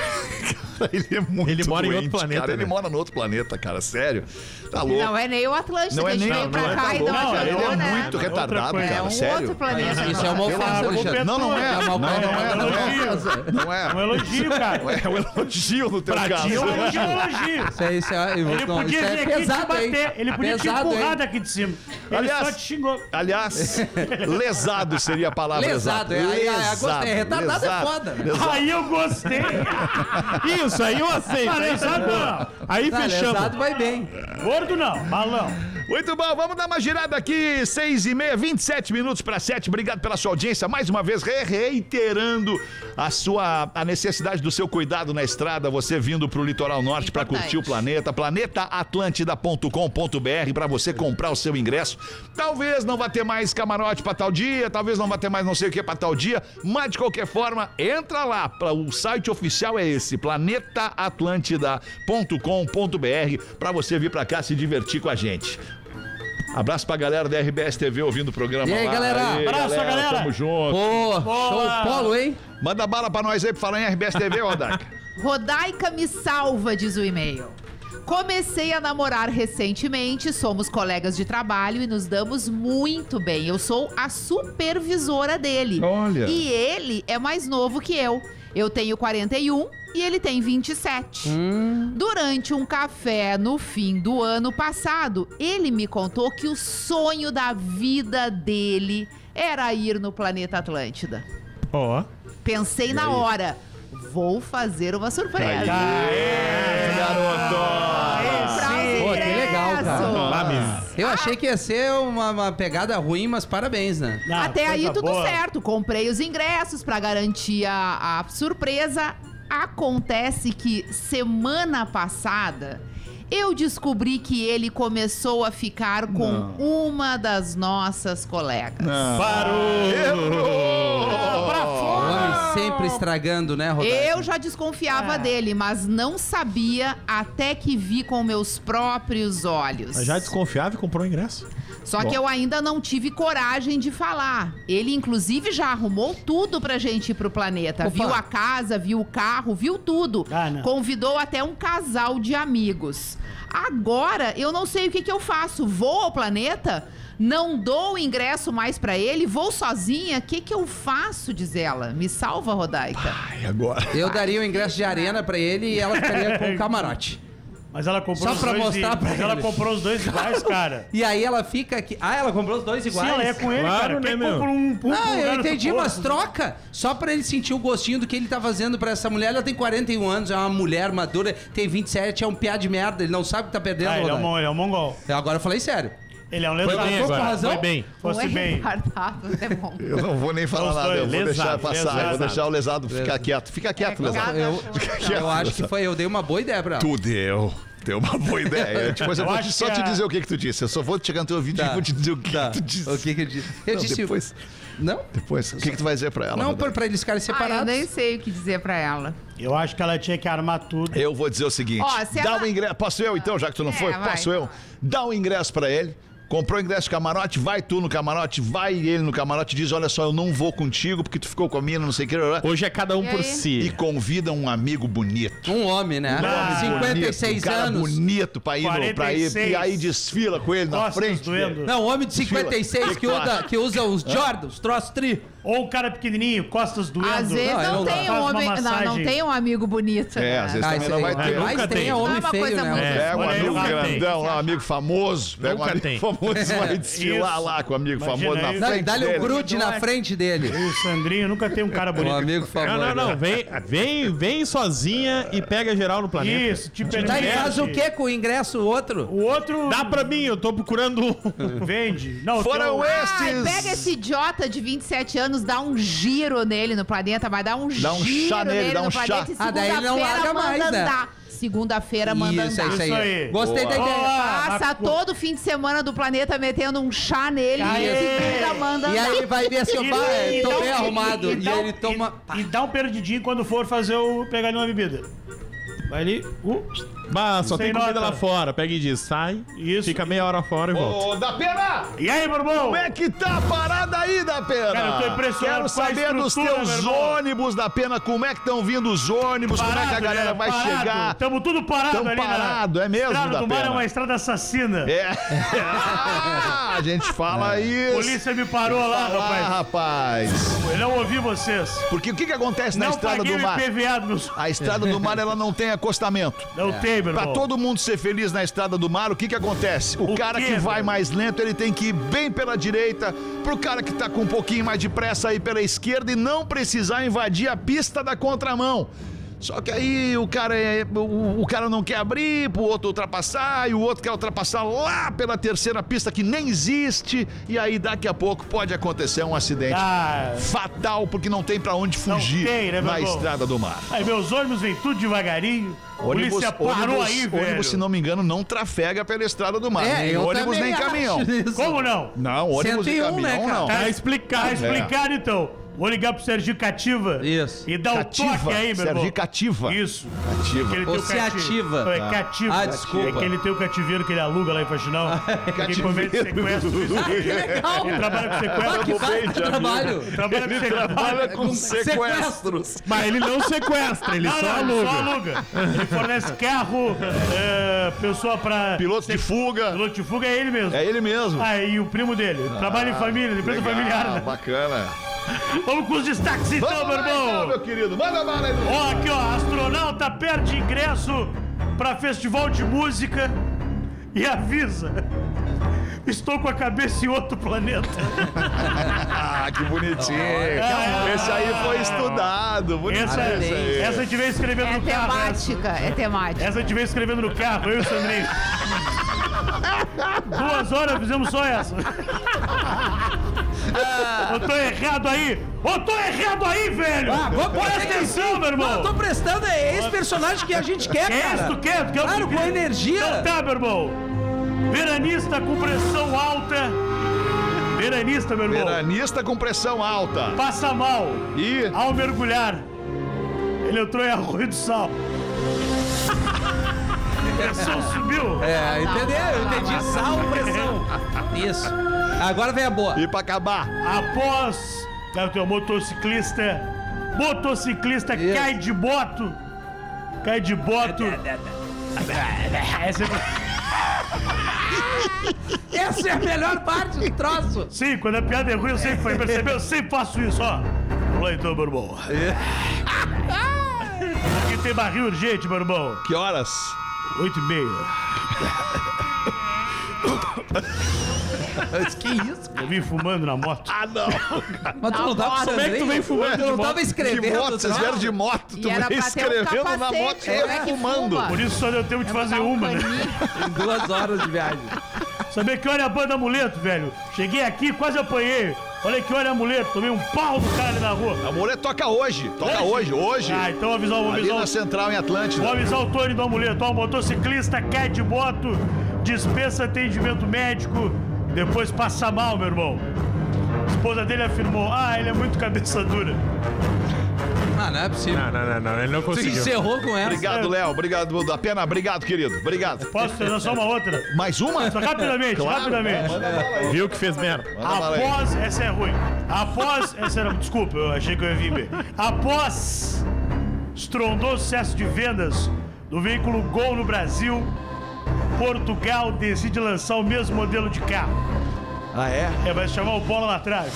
Ele é muito Ele mora em outro doente, planeta, cara. né? Ele mora no outro planeta, cara. Sério. Tá louco. Não é nem o Atlântida Não que é a gente nem- veio pra não é, cá tá e não louco, cara. ajudou, Ele é né? muito Outra retardado, coisa. É cara. um Sério. outro planeta. Isso é uma Pelo ofensa, amor de Alexandre. Não, não é. É uma Não, não é. ofensa. Não é. Não Um é. elogio, cara. É um elogio no teu caso. Um elogio. Isso é, Ele não, podia isso é vir aqui te pesado, hein? bater. Ele podia te Pesado, empurrar hein? daqui de cima. Ele Aliás- só te xingou. Aliás, lesado seria a palavra Lesado, exata. gostei. Retardado é foda. Aí eu gostei. Isso, aí eu aceito. Cara, lesado não. Aí Tá, fechamos. lesado vai bem. Gordo não, balão. Muito bom, vamos dar uma girada aqui, 6h30, 27 minutos para 7. Obrigado pela sua audiência, mais uma vez reiterando a necessidade do seu cuidado na estrada, você vindo pro litoral norte para Importante. curtir o planeta, planetaatlântida.com.br para você comprar o seu ingresso. Talvez não vá ter mais camarote para tal dia, talvez não vá ter mais não sei o que para tal dia, mas de qualquer forma, entra lá, o site oficial é esse, planetaatlântida.com.br, para você vir para cá se divertir com a gente. Abraço pra galera da RBS TV ouvindo o programa. E aí, lá. galera? Abraço, galera. Tamo junto. Pô, Boa. show polo, hein? Manda bala pra nós aí pra falar em RBS TV, Rodaica. Rodaica me salva, diz o e-mail. Comecei a namorar recentemente, somos colegas de trabalho e nos damos muito bem. Eu sou a supervisora dele. Olha. E ele é mais novo que eu. Eu tenho 41 e ele tem 27. Durante um café no fim do ano passado, ele me contou que o sonho da vida dele era ir no planeta Atlântida. Ó. Pensei na hora, vou fazer uma surpresa. Garoto! Pô, que legal, cara. Ingressos. Eu achei que ia ser uma pegada ruim, mas parabéns, né? Ah, Até aí coisa tudo boa. certo. Comprei os ingressos pra garantir a surpresa. Acontece que semana passada eu descobri que ele começou a ficar com uma das nossas colegas. O homem sempre estragando, né, Rodaica? Eu já desconfiava dele, mas não sabia até que vi com meus próprios olhos. Mas já desconfiava e comprou o ingresso. Só que eu ainda não tive coragem de falar. Ele, inclusive, já arrumou tudo pra gente ir pro planeta. Opa. Viu a casa, viu o carro, viu tudo. Ah, não. Convidou até um casal de amigos. Agora, eu não sei o que eu faço. Vou ao planeta? Não dou o ingresso mais pra ele? Vou sozinha? O que eu faço, diz ela. Me salva, Rodaica. E agora? Eu daria o ingresso de arena pra ele e ela ficaria com o camarote. Mas ela comprou Só os pra dois mostrar pra Mas ela ele. comprou os dois iguais, cara. E aí ela fica aqui. Ah, ela comprou os dois iguais? Sim, ela é com ele, Claro, cara. né, Quem meu? compra um Não, lugar eu no entendi, outro. mas troca. Só pra ele sentir o gostinho do que ele tá fazendo pra essa mulher. Ela tem 41 anos, é uma mulher madura, tem 27, é um piá de merda. Ele não sabe o que tá perdendo, Ah, ele é um mongol. Agora eu falei sério. Ele é um Foi lesado. bem tô com agora. razão? Foi bem. Fosse bem. retardado, é bom. Eu não vou nem falar Os nada, dois, eu vou deixar lesado, passar. Eu vou lesado. deixar o lesado ficar quieto. Fica quieto, lesado. Eu acho que foi. Eu dei uma boa ideia pra ela. Tu deu. Deu uma boa ideia. Depois eu Eu vou acho só que te a- dizer o que tu disse. Eu só vou chegar no teu vídeo e vou te dizer o que tu disse. O que que eu disse? Eu Não, disse. depois... Não? Depois, o que tu vai dizer pra ela? Não, Rodaica? pra eles ficarem eu separados. nem sei o que dizer pra ela. Eu acho que ela tinha que armar tudo. Eu vou dizer o seguinte, Ó, se dá ela- o ingresso, posso eu então, já que tu não foi? vai. Posso eu? Dá o ingresso pra ele, comprou o ingresso de camarote, vai tu no camarote, vai ele no camarote, diz, olha só, eu não vou contigo porque tu ficou com a mina, não sei o que, Hoje é cada um E por aí? si. e convida um amigo bonito. Um homem, né? Um homem 56 bonito, um cara anos. bonito pra ir, pra ir, 46. e aí desfila com ele na Costas frente. doendo. dele. Não, homem de 56 Que tu que usa os Jordan, os troços tri. Ou um cara pequenininho, costas doendo. Às vezes Não, não, não tem dá. um Faz uma homem. Não massagem. tem um amigo bonito. É, às vezes também isso não aí. vai ter. Mas Nunca tem tem. homem Não é uma feio, coisa né? muito- Pega um Olha, amigo nunca tem. grandão lá, um amigo famoso. Pega um Nunca amigo tem. famoso e vai desfilar Isso. lá com o amigo Imagina famoso na aí. Não, e frente dá-lhe dele. o grude na frente dele. O Sandrinho nunca tem um cara bonito. Um amigo famoso. Não. Vem sozinha e pega geral no planeta. Isso, te permite. Daí faz o quê com o ingresso o outro? O outro Dá pra mim, eu tô procurando um. vende. Não, Foram tem Ai, estes. pega esse idiota de 27 anos, dá um giro nele no planeta, vai dar um Dá um giro chá nele, dá um no chá. planeta e Ah, daí ele não segunda-feira larga manda mais, né? andar. Segunda-feira manda Isso, andar. isso Isso aí. aí. Gostei da Boa. ideia. Passa Ah, todo fim de semana do planeta metendo um chá nele Aê. e segunda manda E andar. aí ele vai ver assim, E- ó, e tô dá bem um- arrumado. E dá um- ele toma... E dá um perdidinho quando for fazer pegar ali uma bebida. Vai ali. Bah, só Sem tem comida nota. lá fora. Pega e diz, sai. Isso. Fica meia hora fora e volta. Ô, da Pena! E aí, meu irmão? Como é que tá a parada aí, da Pena? Cara, eu tô impressionado Quero com a saber dos estrutura, teus meu irmão. ônibus, da Pena, como é que estão vindo os ônibus, como é que a galera vai chegar. Tamo tudo parado Tamo ali, parado, né? é mesmo, Estrada da do Mar Pena? é uma estrada assassina. É. A gente fala isso. Polícia me parou lá, Ah, rapaz. rapaz. Eu não ouvi vocês. Porque o que acontece na Não Estrada paguei do o Mar? IPVA do meu... A Estrada do Mar, ela não tem acostamento. Não tem, meu Pra irmão. todo mundo ser feliz na Estrada do Mar, o que acontece? O cara quê, que vai velho? mais lento, ele tem que ir bem pela direita, pro cara que tá com um pouquinho mais de pressa ir pela esquerda e não precisar invadir a pista da contramão. Só que aí o cara não quer abrir pro outro ultrapassar e o outro quer ultrapassar lá pela terceira pista que nem existe e aí daqui a pouco pode acontecer um acidente Ah, fatal porque não tem pra onde fugir tem, né, meu na irmão? Estrada do Mar. aí meus ônibus vêm tudo devagarinho. A polícia parou aí, velho. ônibus, se não me engano, não trafega pela Estrada do Mar. nem eu ônibus, também nem acho caminhão. isso. Como não? Não, ônibus e 101, caminhão né, cara? não. Tá explicado. Tá explicado, então. Vou ligar pro Serginho Cativa. Isso. E dar um Cativa, toque aí, meu irmão. Serginho Cativa. Isso. Cativa. Que ele tem Ou o se cati- ativa. Não, é cativa. Ah, desculpa. É que ele tem o cativeiro que ele aluga lá em Faxinal. Quem comete sequestro. Legal. Ele trabalha com Ah, sequestro. que baita trabalho. Trabalha com sequestro. Trabalha com Com sequestros. Mas ele não sequestra, ele Não, só não, aluga. ele só aluga. Ele fornece carro, pessoa pra... Piloto de fuga. Piloto de fuga é ele mesmo. É ele mesmo. Ah, e o primo dele. Trabalha em família, empresa Legal, familiar. Né? Bacana. Vamos com os destaques então, Vamos meu lá, irmão. então, meu querido. Manda bala aí. Ó, aqui ó, astronauta perde ingresso pra festival de música e avisa: estou com a cabeça em outro planeta. Ah, que bonitinho. Esse aí foi estudado. Bonitinho esse aí. Essa a gente veio escrevendo É no carro. temática, é temática. Essa a gente veio escrevendo no carro, eu e o Sandrinho. 2 horas fizemos só essa. Eu tô errado aí! Eu tô errado aí, velho! Ah, vamos Presta atenção, meu Não, eu irmão! tô prestando, é esse personagem que a gente quer, Que é cara. isso, tu quer? Tu quer Claro, o que- com energia. Então tá, meu irmão. Veranista com pressão alta. Veranista, meu irmão. Veranista com pressão alta. Passa mal. E Ao mergulhar, ele entrou em Arroio do Sal. A pressão subiu. É, entendeu? Eu entendi. Sal, pressão. Isso. Agora vem a boa. E pra acabar. Após, cara, tem um motociclista Isso. cai de moto. Cai de moto. Essa Essa é a melhor parte do troço. Sim, quando a piada é ruim, eu sempre foi perceber, eu sempre faço isso, ó. Vamos lá então, meu irmão. Aqui tem barril urgente, meu irmão. Que horas? 8h30. Mas que isso? Eu vim fumando na moto. Ah, não. Mas tu não tava com Como é que tu vem fumando Tu não tava escrevendo. De moto, vocês troço? vieram de moto. E Tu era veio pra ter um escrevendo na capacete, moto e é, eu que fumando. fuma. Por isso só deu tempo de fazer Botar um uma, né? paninho. Em 2 horas de viagem. Sabia que olha a banda Amuleto, velho? Cheguei aqui, quase apanhei. Olha que olha Amuleto, tomei um pau do cara ali na rua. A mulher toca hoje. Toca hoje. Ah, então vou Ali avisar na o... Central, em Atlântida. Vou avisar o Tony do Amuleto. Ó, o motociclista cai de moto, dispensa atendimento médico, depois passa mal, meu irmão. esposa dele afirmou: ele é muito cabeça dura. Ah, não é possível. Não, ele não Tu conseguiu. encerrou com essa. Obrigado, Léo. Obrigado da pena. Obrigado, querido. Obrigado. Posso trazer só uma outra? Mais uma? Só rapidamente, Claro. rapidamente. Manda bala aí. Viu que fez merda. Manda bala aí. Após. Essa é ruim. Após. Essa era. Desculpa, eu achei que eu ia vir bem. Após estrondoso sucesso de vendas do veículo Gol no Brasil, Portugal decide lançar o mesmo modelo de carro. Ah, é? Vai se chamar o Bola na Trave.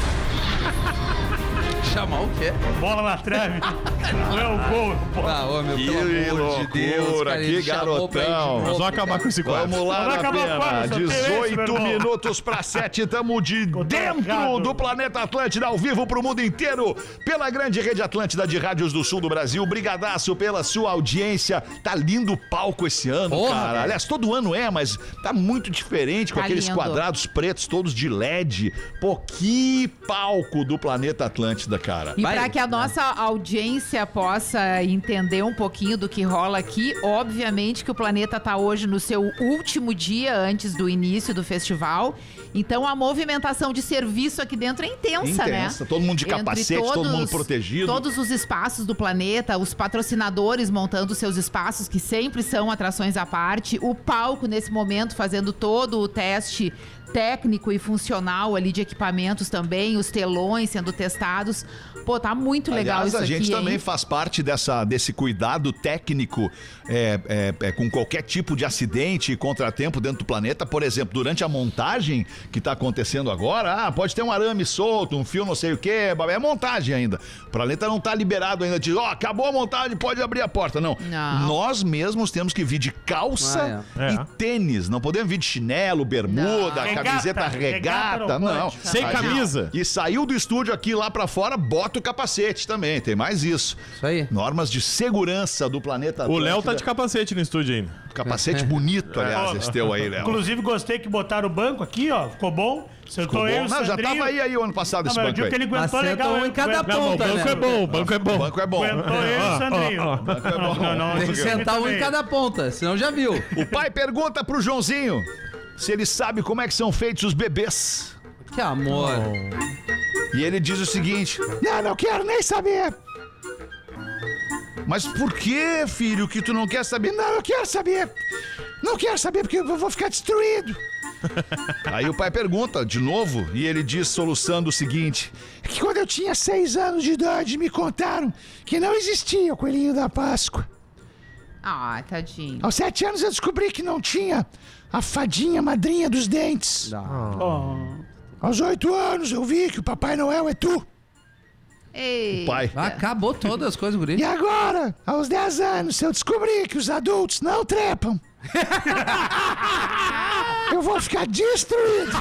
Chamar o quê? Bola na Trave. Não é o Gol. Pô. Ah, meu, Que pelo amor de Deus, loucura, cara, que ele chamou pra ir de garotão. novo, Nós vamos acabar com esse quadro. Vamos lá, Vai na acabar o quadro, pena. só tem esse, 18 meu irmão. minutos para 7. Estamos de dentro errado. do Planeta Atlântida, ao vivo para o mundo inteiro, pela grande rede Atlântida de rádios do sul do Brasil. Brigadaço pela sua audiência. Tá lindo o palco esse ano, Porra, cara. velho. Aliás, todo ano mas tá muito diferente, com Tá aqueles lindo. quadrados pretos todos de LED. Pô, que palco do Planeta Atlântida, cara. E Vai, para que a nossa audiência possa entender um pouquinho do que rola aqui, obviamente que o Planeta tá hoje no seu último dia antes do início do festival. Então a movimentação de serviço aqui dentro é intensa, né? Intensa, todo mundo de Entre capacete, todo mundo protegido. Todos os espaços do Planeta, os patrocinadores montando seus espaços, que sempre são atrações à parte. O palco, nesse momento, fazendo todo o teste técnico e funcional ali de equipamentos também, os telões sendo testados. Pô, tá muito legal Aliás, isso a aqui, gente também hein? faz parte desse cuidado técnico com qualquer tipo de acidente e contratempo dentro do planeta. Por exemplo, durante a montagem que está acontecendo agora, pode ter um arame solto, um fio não sei o que, é montagem ainda. O planeta não está liberado ainda de, acabou a montagem, pode abrir a porta. Não. Não. Nós mesmos temos que vir de calça É. e tênis. Não podemos vir de chinelo, bermuda, Não. camiseta regata. Regata Não. rompante. Sem A camisa. gente- E saiu do estúdio aqui lá pra fora, bota o capacete também. Tem mais isso. Isso aí. Normas de segurança do planeta O Léo tá Atlântida. de capacete no estúdio ainda. Capacete bonito, aliás, esse teu aí, Léo. Inclusive, gostei que botaram o banco aqui, ó. Ficou bom. Sentou Ficou eu e bom. o Não, já Sandrinho. tava aí o ano passado Não, esse mas eu banco digo que aí. ele aguentou Mas legal. sentam um em cada aguentou- Não, o ponta, banco né? é bom, o banco é O bom. banco é bom. Aguentou eu e o Sandrinho. Não, Tem que sentar um em cada ponta, senão já viu. O pai pergunta pro Joãozinho se ele sabe como é que são feitos os bebês. Que amor. E ele diz o seguinte: não quero nem saber. Mas por que, filho, que tu não quer saber? Não, eu quero saber. Não quero saber porque eu vou ficar destruído. Aí o pai pergunta de novo e ele diz, soluçando o seguinte: é que quando eu tinha 6 anos de idade me contaram que não existia o coelhinho da Páscoa. Ah, tadinho. Aos 7 anos eu descobri que não tinha a fadinha madrinha dos dentes. Aos 8 anos eu vi que o Papai Noel é tu. Ei. Pai. Acabou todas as coisas, guri. E agora, aos 10 anos, eu descobri que os adultos não trepam. Eu vou ficar destruído.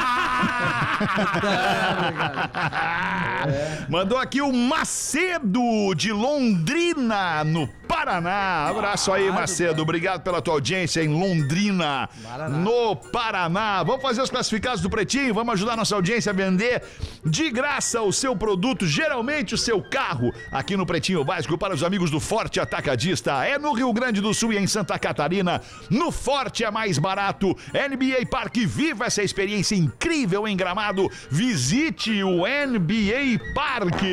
Mandou aqui o Macedo de Londrina, no Paraná. Abraço aí, Macedo. Obrigado pela tua audiência em Londrina, no Paraná. Vamos fazer os classificados do Pretinho? Vamos ajudar nossa audiência a vender de graça o seu produto, geralmente o seu carro, aqui no Pretinho Básico para os amigos do Forte Atacadista. É no Rio Grande do Sul e em Santa Catarina. No Forte é mais barato. NBA Parque, viva essa experiência incrível em Gramado. Visite o NBA Parque.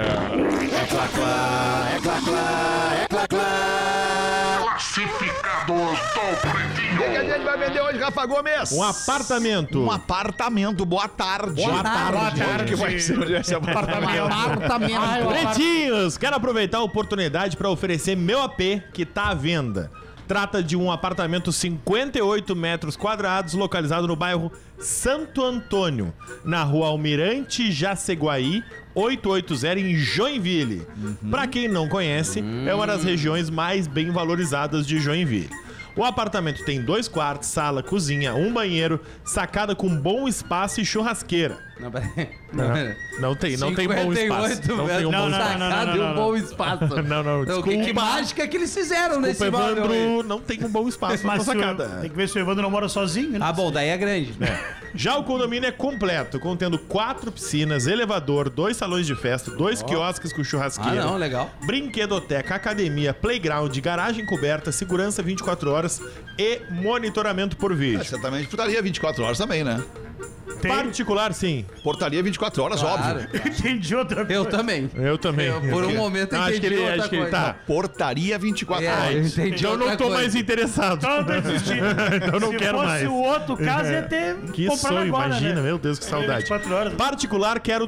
Classificados do Pretinho. O que a gente vai vender hoje, Rafa Gomes? Um apartamento. Um apartamento. Boa tarde. Boa tarde. Onde que vai ser esse apartamento? Apartamento. Pretinhos, quero aproveitar a oportunidade para oferecer meu AP que tá à venda. Trata de um apartamento 58 metros quadrados, localizado no bairro Santo Antônio, na rua Almirante Jaceguaí, 880, em Joinville. Para quem não conhece, é uma das regiões mais bem valorizadas de Joinville. O apartamento tem 2 quartos, sala, cozinha, um banheiro, sacada com bom espaço e churrasqueira. Não, peraí. Não tem bom espaço. Não tem um bom não, espaço. Sacado e um bom espaço. Não, Então, que desculpa. mágica que eles fizeram nesse Desculpa, imóvel aí. Evandro, não tem um bom espaço na Mas tua se o- sacada. tem que ver se o Evandro não mora sozinho, né? Ah, bom, daí é grande. Já o condomínio é completo, contendo 4 piscinas, elevador, 2 salões de festa, 2 quiosques com churrasqueira. Ah, não, legal. Brinquedoteca, academia, playground, garagem coberta, segurança 24 horas e monitoramento por vídeo. Certamente putaria 24 horas também, né? Tem? Particular, sim. Portaria 24 horas, Claro. óbvio. Entendi outra coisa. Eu também. Eu também. Por um momento eu Acho entendi que ele, outra acho que ele coisa. tá. Portaria 24 É, horas. eu entendi Então eu não outra tô coisa. mais interessado. Então eu tô desistindo. Então eu não quero mais. Se fosse o outro caso, ia ter Que comprado sonho, agora, imagina, né? meu Deus, que saudade. 24 horas. Particular, quero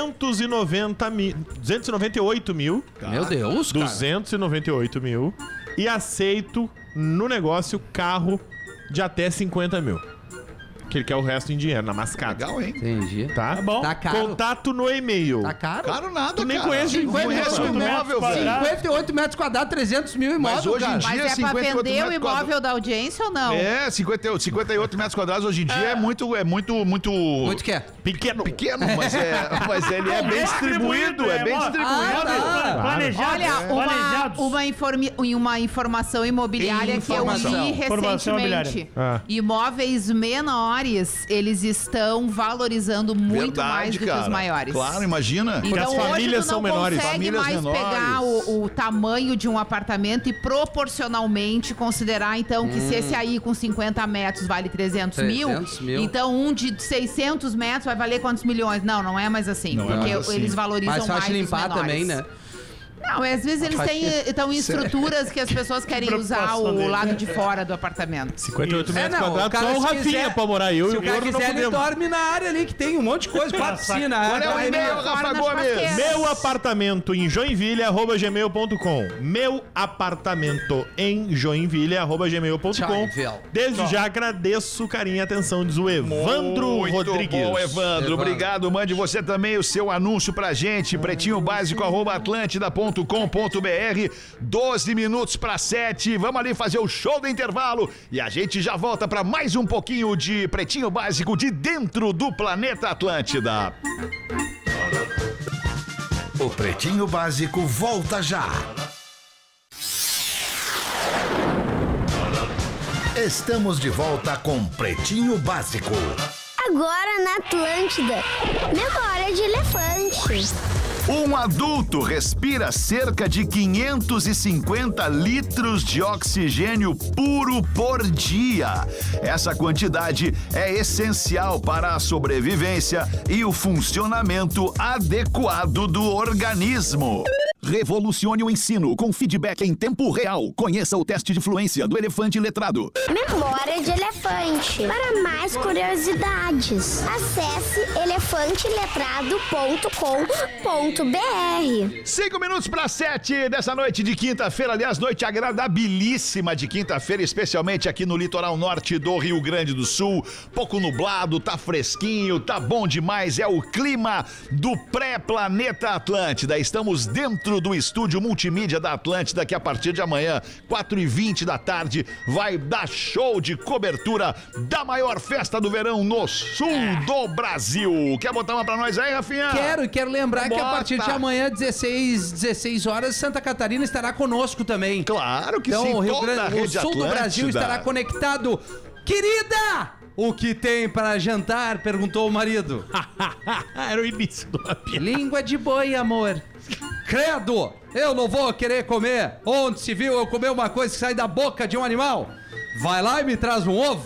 298 mil. Meu Deus, cara. 298 mil. E aceito no negócio carro de até 50 mil. Que ele quer o resto em dinheiro, na mascada. Legal, hein? Entendi. Tá? Tá bom. Tá caro. Contato no e-mail. Tá caro? Caro nada, Tu nem cara. conhece Não conhece o 58 imóvel, metros velho. 58 metros quadrados, 300 mil imóvel, Mas hoje em cara. dia- Mas é pra 58 vender o metros imóvel quadrados. da audiência ou não? É, 58 metros quadrados hoje em dia é muito Muito que é? Pequeno. pequeno, mas ele é bem distribuído, é bem ó. distribuído. tá. Planejado. Olha, planejados. uma informação imobiliária que eu Informação. li Informação recentemente. Ah. Imóveis menores, eles estão valorizando muito mais do que os maiores. Claro, imagina. Então as hoje famílias tu não são menores. consegue Famílias mais menores. pegar o tamanho de um apartamento e proporcionalmente considerar, então, que se esse aí com 50 metros vale 300 mil, então um de 600 metros vai valer quantos milhões? Não, não é mais assim. Não é porque mais assim. eles valorizam Mais mais fácil os limpar menores. também, né? Não, às vezes eles estão em estruturas que as pessoas querem usar Preocupação o dele. lado de fora do apartamento. 58 metros não, quadrados, o cara, só o se Rafinha quiser- pra morar. Eu Se e o o cara Gordo não quiser, ele podemos. dorme na área ali, que tem um monte de coisa, quatro piscina. Qual é o e-mail, Fora Rafa na Gomes? churrasqueira. Meu apartamento em Joinville, @gmail.com. Meu apartamento em Joinville, @gmail.com. Joinville. Desde já agradeço o carinho e atenção, diz o Evandro Muito Rodrigues. bom, Evandro. Obrigado. Mande você também o seu anúncio pra gente. pretinhobásico@atlântida.com.br. 12 minutos para 7. Vamos ali fazer o show do intervalo e a gente já volta para mais um pouquinho de Pretinho Básico de dentro do planeta Atlântida. O Pretinho Básico volta já. Estamos de volta com Pretinho Básico. Agora na Atlântida. Memória de elefante. Um adulto respira cerca de 550 litros de oxigênio puro por dia. Essa quantidade é essencial para a sobrevivência e o funcionamento adequado do organismo. Revolucione o ensino com feedback em tempo real. Conheça o teste de fluência do elefante letrado. Memória de elefante. Para mais curiosidades, acesse elefanteletrado.com.br. 5 minutos para 7 dessa noite de quinta-feira, aliás, noite agradabilíssima de quinta-feira, especialmente aqui no litoral norte do Rio Grande do Sul. Pouco nublado, tá fresquinho, tá bom demais. É o clima do pré-planeta Atlântida. Estamos dentro do estúdio multimídia da Atlântida, que a partir de amanhã, 4h20 da tarde, vai dar show de cobertura da maior festa do verão no sul do Brasil. Quer botar uma pra nós aí, Rafinha? Quero lembrar que a Bota. partir de amanhã, 16 horas, Santa Catarina estará conosco também. Claro que Então, sim, o Rio toda a Grande, o rede sul do Brasil Atlântida. estará conectado. Querida, o que tem para jantar? Perguntou o marido. Era o início do apelo. Língua de boi, amor. Credo, eu não vou querer comer. Onde se viu eu comer uma coisa que sai da boca de um animal? Vai lá e me traz um ovo.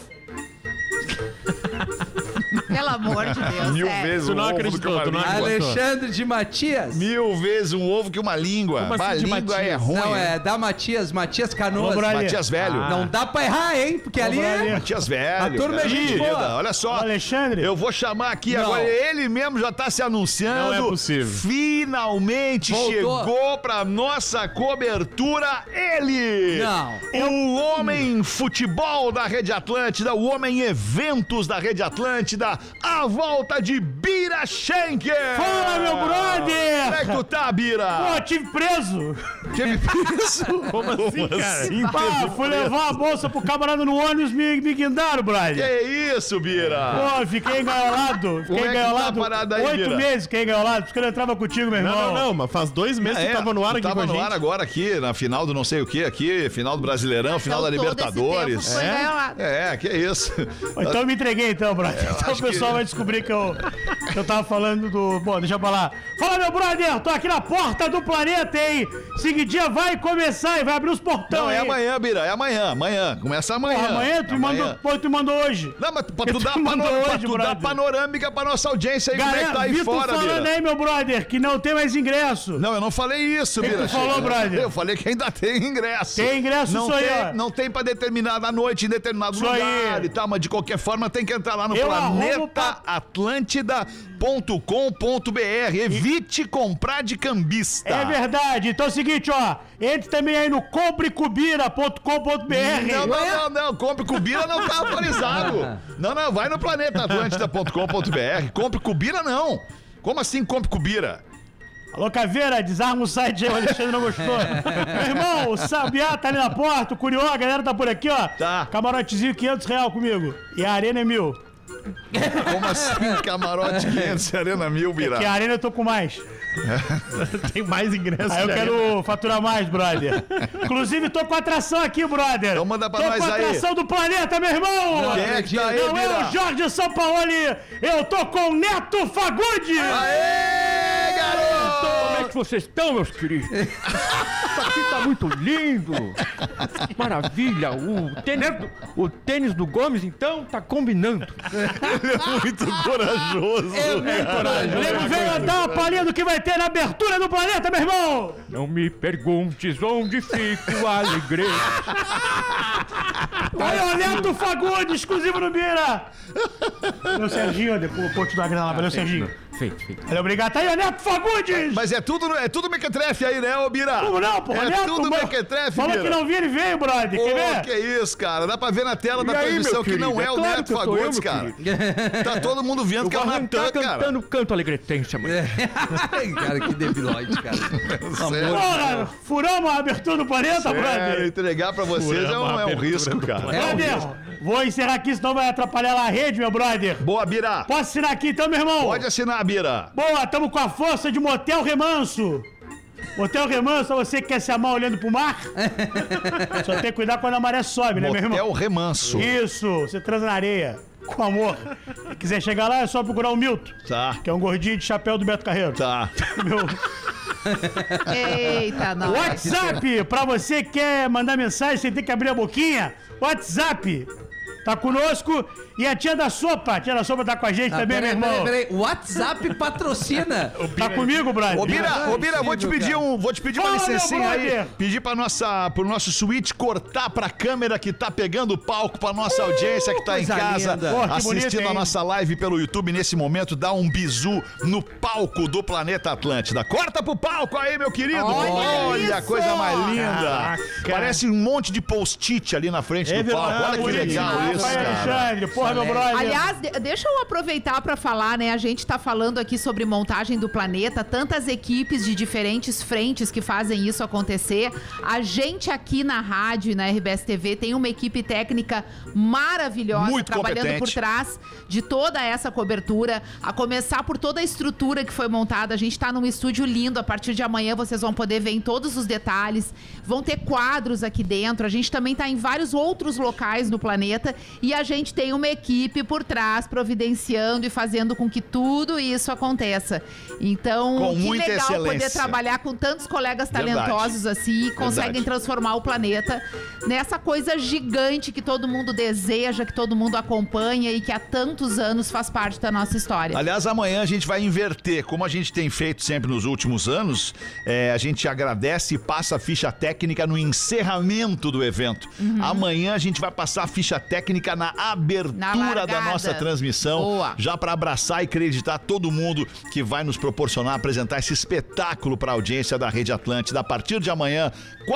Pelo amor de Deus, Mil sério. vezes Tu um não ovo do que acreditou, uma tu não língua. acreditou. Alexandre de Matias. Mil vezes um ovo que uma língua. Como assim Bah, de língua Matias? é ruim. Não, é da Matias Canoas. Vamos pra ali. Matias Velho. Não dá pra errar, hein? Porque ali pra ali. é... Matias Velho. A turma é cara. gente Querida, boa. Olha só. Ô, Alexandre. Eu vou chamar aqui Não. agora. Ele mesmo já tá se anunciando. Não é possível. Finalmente Voltou. chegou pra nossa cobertura ele. Não. O homem futebol da Rede Atlântida, o homem eventos da Rede Atlântida, a volta de Bira Schenker. Fala, meu Como brother! é que tu tá, Bira? Pô, tive preso. Teve isso? Como assim, cara? Pá, fui levar a bolsa pro camarada no ônibus, me guindaram, brother. Que isso, Bira? Pô, fiquei engaiolado. Como Fiquei é que tá engaiolado. a parada aí, 8 Bira? meses fiquei engaiolado, porque eu não entrava contigo, meu irmão. Não, mas faz 2 meses que tu tava no ar tu aqui com tava a no gente. ar agora aqui, na final do não sei o que aqui, final do Brasileirão, final da Então, todo esse Libertadores. tempo foi engaiolado. É, que isso. Então eu me entreguei então, brother. Então o acho pessoal que- vai descobrir que eu Eu tava falando do... Bom, deixa eu falar. Fala, meu brother, tô aqui na porta do planeta, hein? Seguidinha vai começar e vai abrir os portões. Não, é amanhã, Bira, é amanhã. Começa amanhã. Porra, amanhã tu mandou, pô, tu mandou hoje. Não, mas pra tu dar panorâmica pra nossa audiência aí, Galera, como é que tá aí Vitor fora, falando Bira. aí, meu brother, que não tem mais ingresso. Não, eu não falei isso, O que Bira. tu falou, brother? Eu falei que ainda tem ingresso. Tem ingresso, não isso aí, tem, ó. não tem pra determinada noite em determinado Isso lugar aí. e tal, mas de qualquer forma tem que entrar lá no Eu arrumo planetaatlântida.com.br. Evite comprar de cambista. É verdade. Então é o seguinte, ó. Entre também aí no comprecubira.com.br. Não. Compre Cubira não tá atualizado. Não. Vai no planetaatlântida.com.br. Compre Cubira não. Como assim compre Cubira? Alô, Caveira, desarma o site aí, o Alexandre não gostou. Meu irmão, o Sabiá tá ali na porta, o Curió, a galera tá por aqui, ó. Tá. Camarotezinho, R$500 comigo. E a arena é 1.000. Como assim camarote 500 e arena 1000, Bira? Que a arena eu tô com mais. Tem mais ingressos. Aí eu quero faturar mais, brother. Inclusive, tô com atração aqui, brother. Então manda pra tô nós com aí. atração do planeta, meu irmão. Quem é que tá aí, Não é Bira? o Jorge Sampaoli, eu tô com o Neto Fagundes. Aê, garoto! Como é que vocês estão, meus queridos? Isso aqui tá muito lindo. Maravilha. O tênis do Gomes, então, tá combinando. Ele é muito corajoso. O nego veio dar uma palhinha do que vai ter na abertura do planeta, meu irmão. Não me perguntes onde fico alegre. Olha o Neto Fagundes, exclusivo no Bira. Valeu, Serginho, depois vou te dar a grana lá. Valeu, Serginho. Feito. Valeu, obrigado. Tá aí, o Neto Fagundes. Mas é tudo mequetrefe aí, né, ô Bira? Como não, porra? É Neto, tudo mano, mequetrefe, falou Bira. que não vinha, ele veio, brother. Quer ver? Que isso, cara. Dá pra ver na tela da E aí, transmissão meu que não querido? é o Claro Neto que sou eu, Fagundes, meu cara. Tá todo mundo vendo Eu que é vou o Natan, arrancar cara. cantando canto alegretense amanhã. Cara, que debilóide, cara. Sério, Porra, furamos a abertura do planeta, sério, brother. entregar pra vocês é um risco, cara. Brother, vou encerrar aqui, senão vai atrapalhar lá a rede, meu brother. Boa, Bira. Posso assinar aqui então, meu irmão? Pode assinar, Bira. Boa, tamo com a força de Motel Remanso. Motel Remanso, você que quer se amar olhando pro mar? Só tem que cuidar quando a maré sobe, né, meu irmão? Motel Remanso. Isso, você transa na areia, com amor. Se quiser chegar lá, é só procurar o Milton, Tá, que é um gordinho de chapéu do Beto Carreiro. tá. Meu Eita, não. WhatsApp, pra você que quer mandar mensagem, você tem que abrir a boquinha. WhatsApp, tá conosco. E a tia da sopa tá com a gente também, meu irmão. Peraí. WhatsApp patrocina. Tá comigo, brother? Ô, Bira, vou te pedir uma Fala, licencinha meu aí. brother. Pedir pro nosso switch cortar pra câmera que tá pegando o palco, pra nossa audiência que tá em coisa casa, linda. Porra, que assistindo bonito, a hein? nossa live pelo YouTube nesse momento, dá um bizu no palco do Planeta Atlântida. Corta pro palco aí, meu querido. Olha a isso. coisa mais linda. Caraca. Parece um monte de post-it ali na frente É do palco. verdade, Olha que bonitinho. legal isso, Vai, cara. Alexandre, porra, meu brother. Aliás, deixa eu aproveitar para falar, né? A gente tá falando aqui sobre montagem do planeta, tantas equipes de diferentes frentes que fazem isso acontecer. A gente aqui na rádio e na RBS TV tem uma equipe técnica maravilhosa, Muito trabalhando competente. por trás de toda essa cobertura, a começar por toda a estrutura que foi montada. A gente tá num estúdio lindo, a partir de amanhã vocês vão poder ver em todos os detalhes, vão ter quadros aqui dentro, a gente também tá em vários outros locais no planeta e a gente tem uma equipe por trás, providenciando e fazendo com que tudo isso aconteça. Então, Com que muita legal excelência. poder trabalhar com tantos colegas Verdade. talentosos assim, e conseguem Verdade. transformar o planeta nessa coisa gigante que todo mundo deseja, que todo mundo acompanha e que há tantos anos faz parte da nossa história. Aliás, amanhã a gente vai inverter. Como a gente tem feito sempre nos últimos anos, a gente agradece e passa a ficha técnica no encerramento do evento. Amanhã a gente vai passar a ficha técnica na abertura da largada. nossa transmissão, Boa. já para abraçar e acreditar todo mundo que vai nos proporcionar apresentar esse espetáculo para a audiência da Rede Atlântida. A partir de amanhã,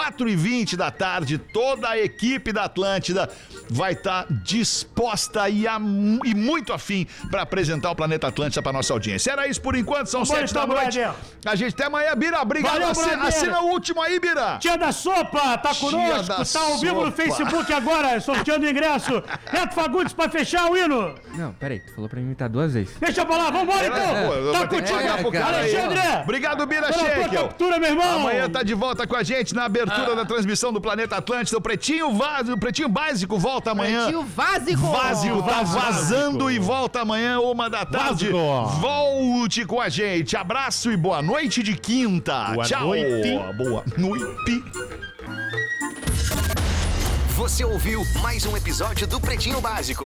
4h20 da tarde, toda a equipe da Atlântida vai estar disposta e muito afim para apresentar o Planeta Atlântida para nossa audiência. Era isso por enquanto, são 7 da noite. brother. A gente até amanhã, Bira. Obrigado. Valeu, brother. Assina o último aí, Bira. Tia da Sopa, tá Tia conosco, da tá ao vivo no Sopa. Facebook agora, sorteando o ingresso. Neto Fagundes pra fechar o hino. Não, peraí, tu falou pra mim imitar 2 vezes. Deixa pra lá, vambora então. Tá contigo, Alexandre. Obrigado, Bira Pela tua Schenkel. captura, meu irmão. Amanhã tá de volta com a gente na abertura da transmissão do Planeta Atlântida. O Pretinho Básico volta amanhã. Pretinho Básico. Básico tá vazando e volta amanhã, 1h da tarde. Volte com a gente. Abraço e boa noite de quinta. Boa Tchau. noite. Boa noite. Você ouviu mais um episódio do Pretinho Básico.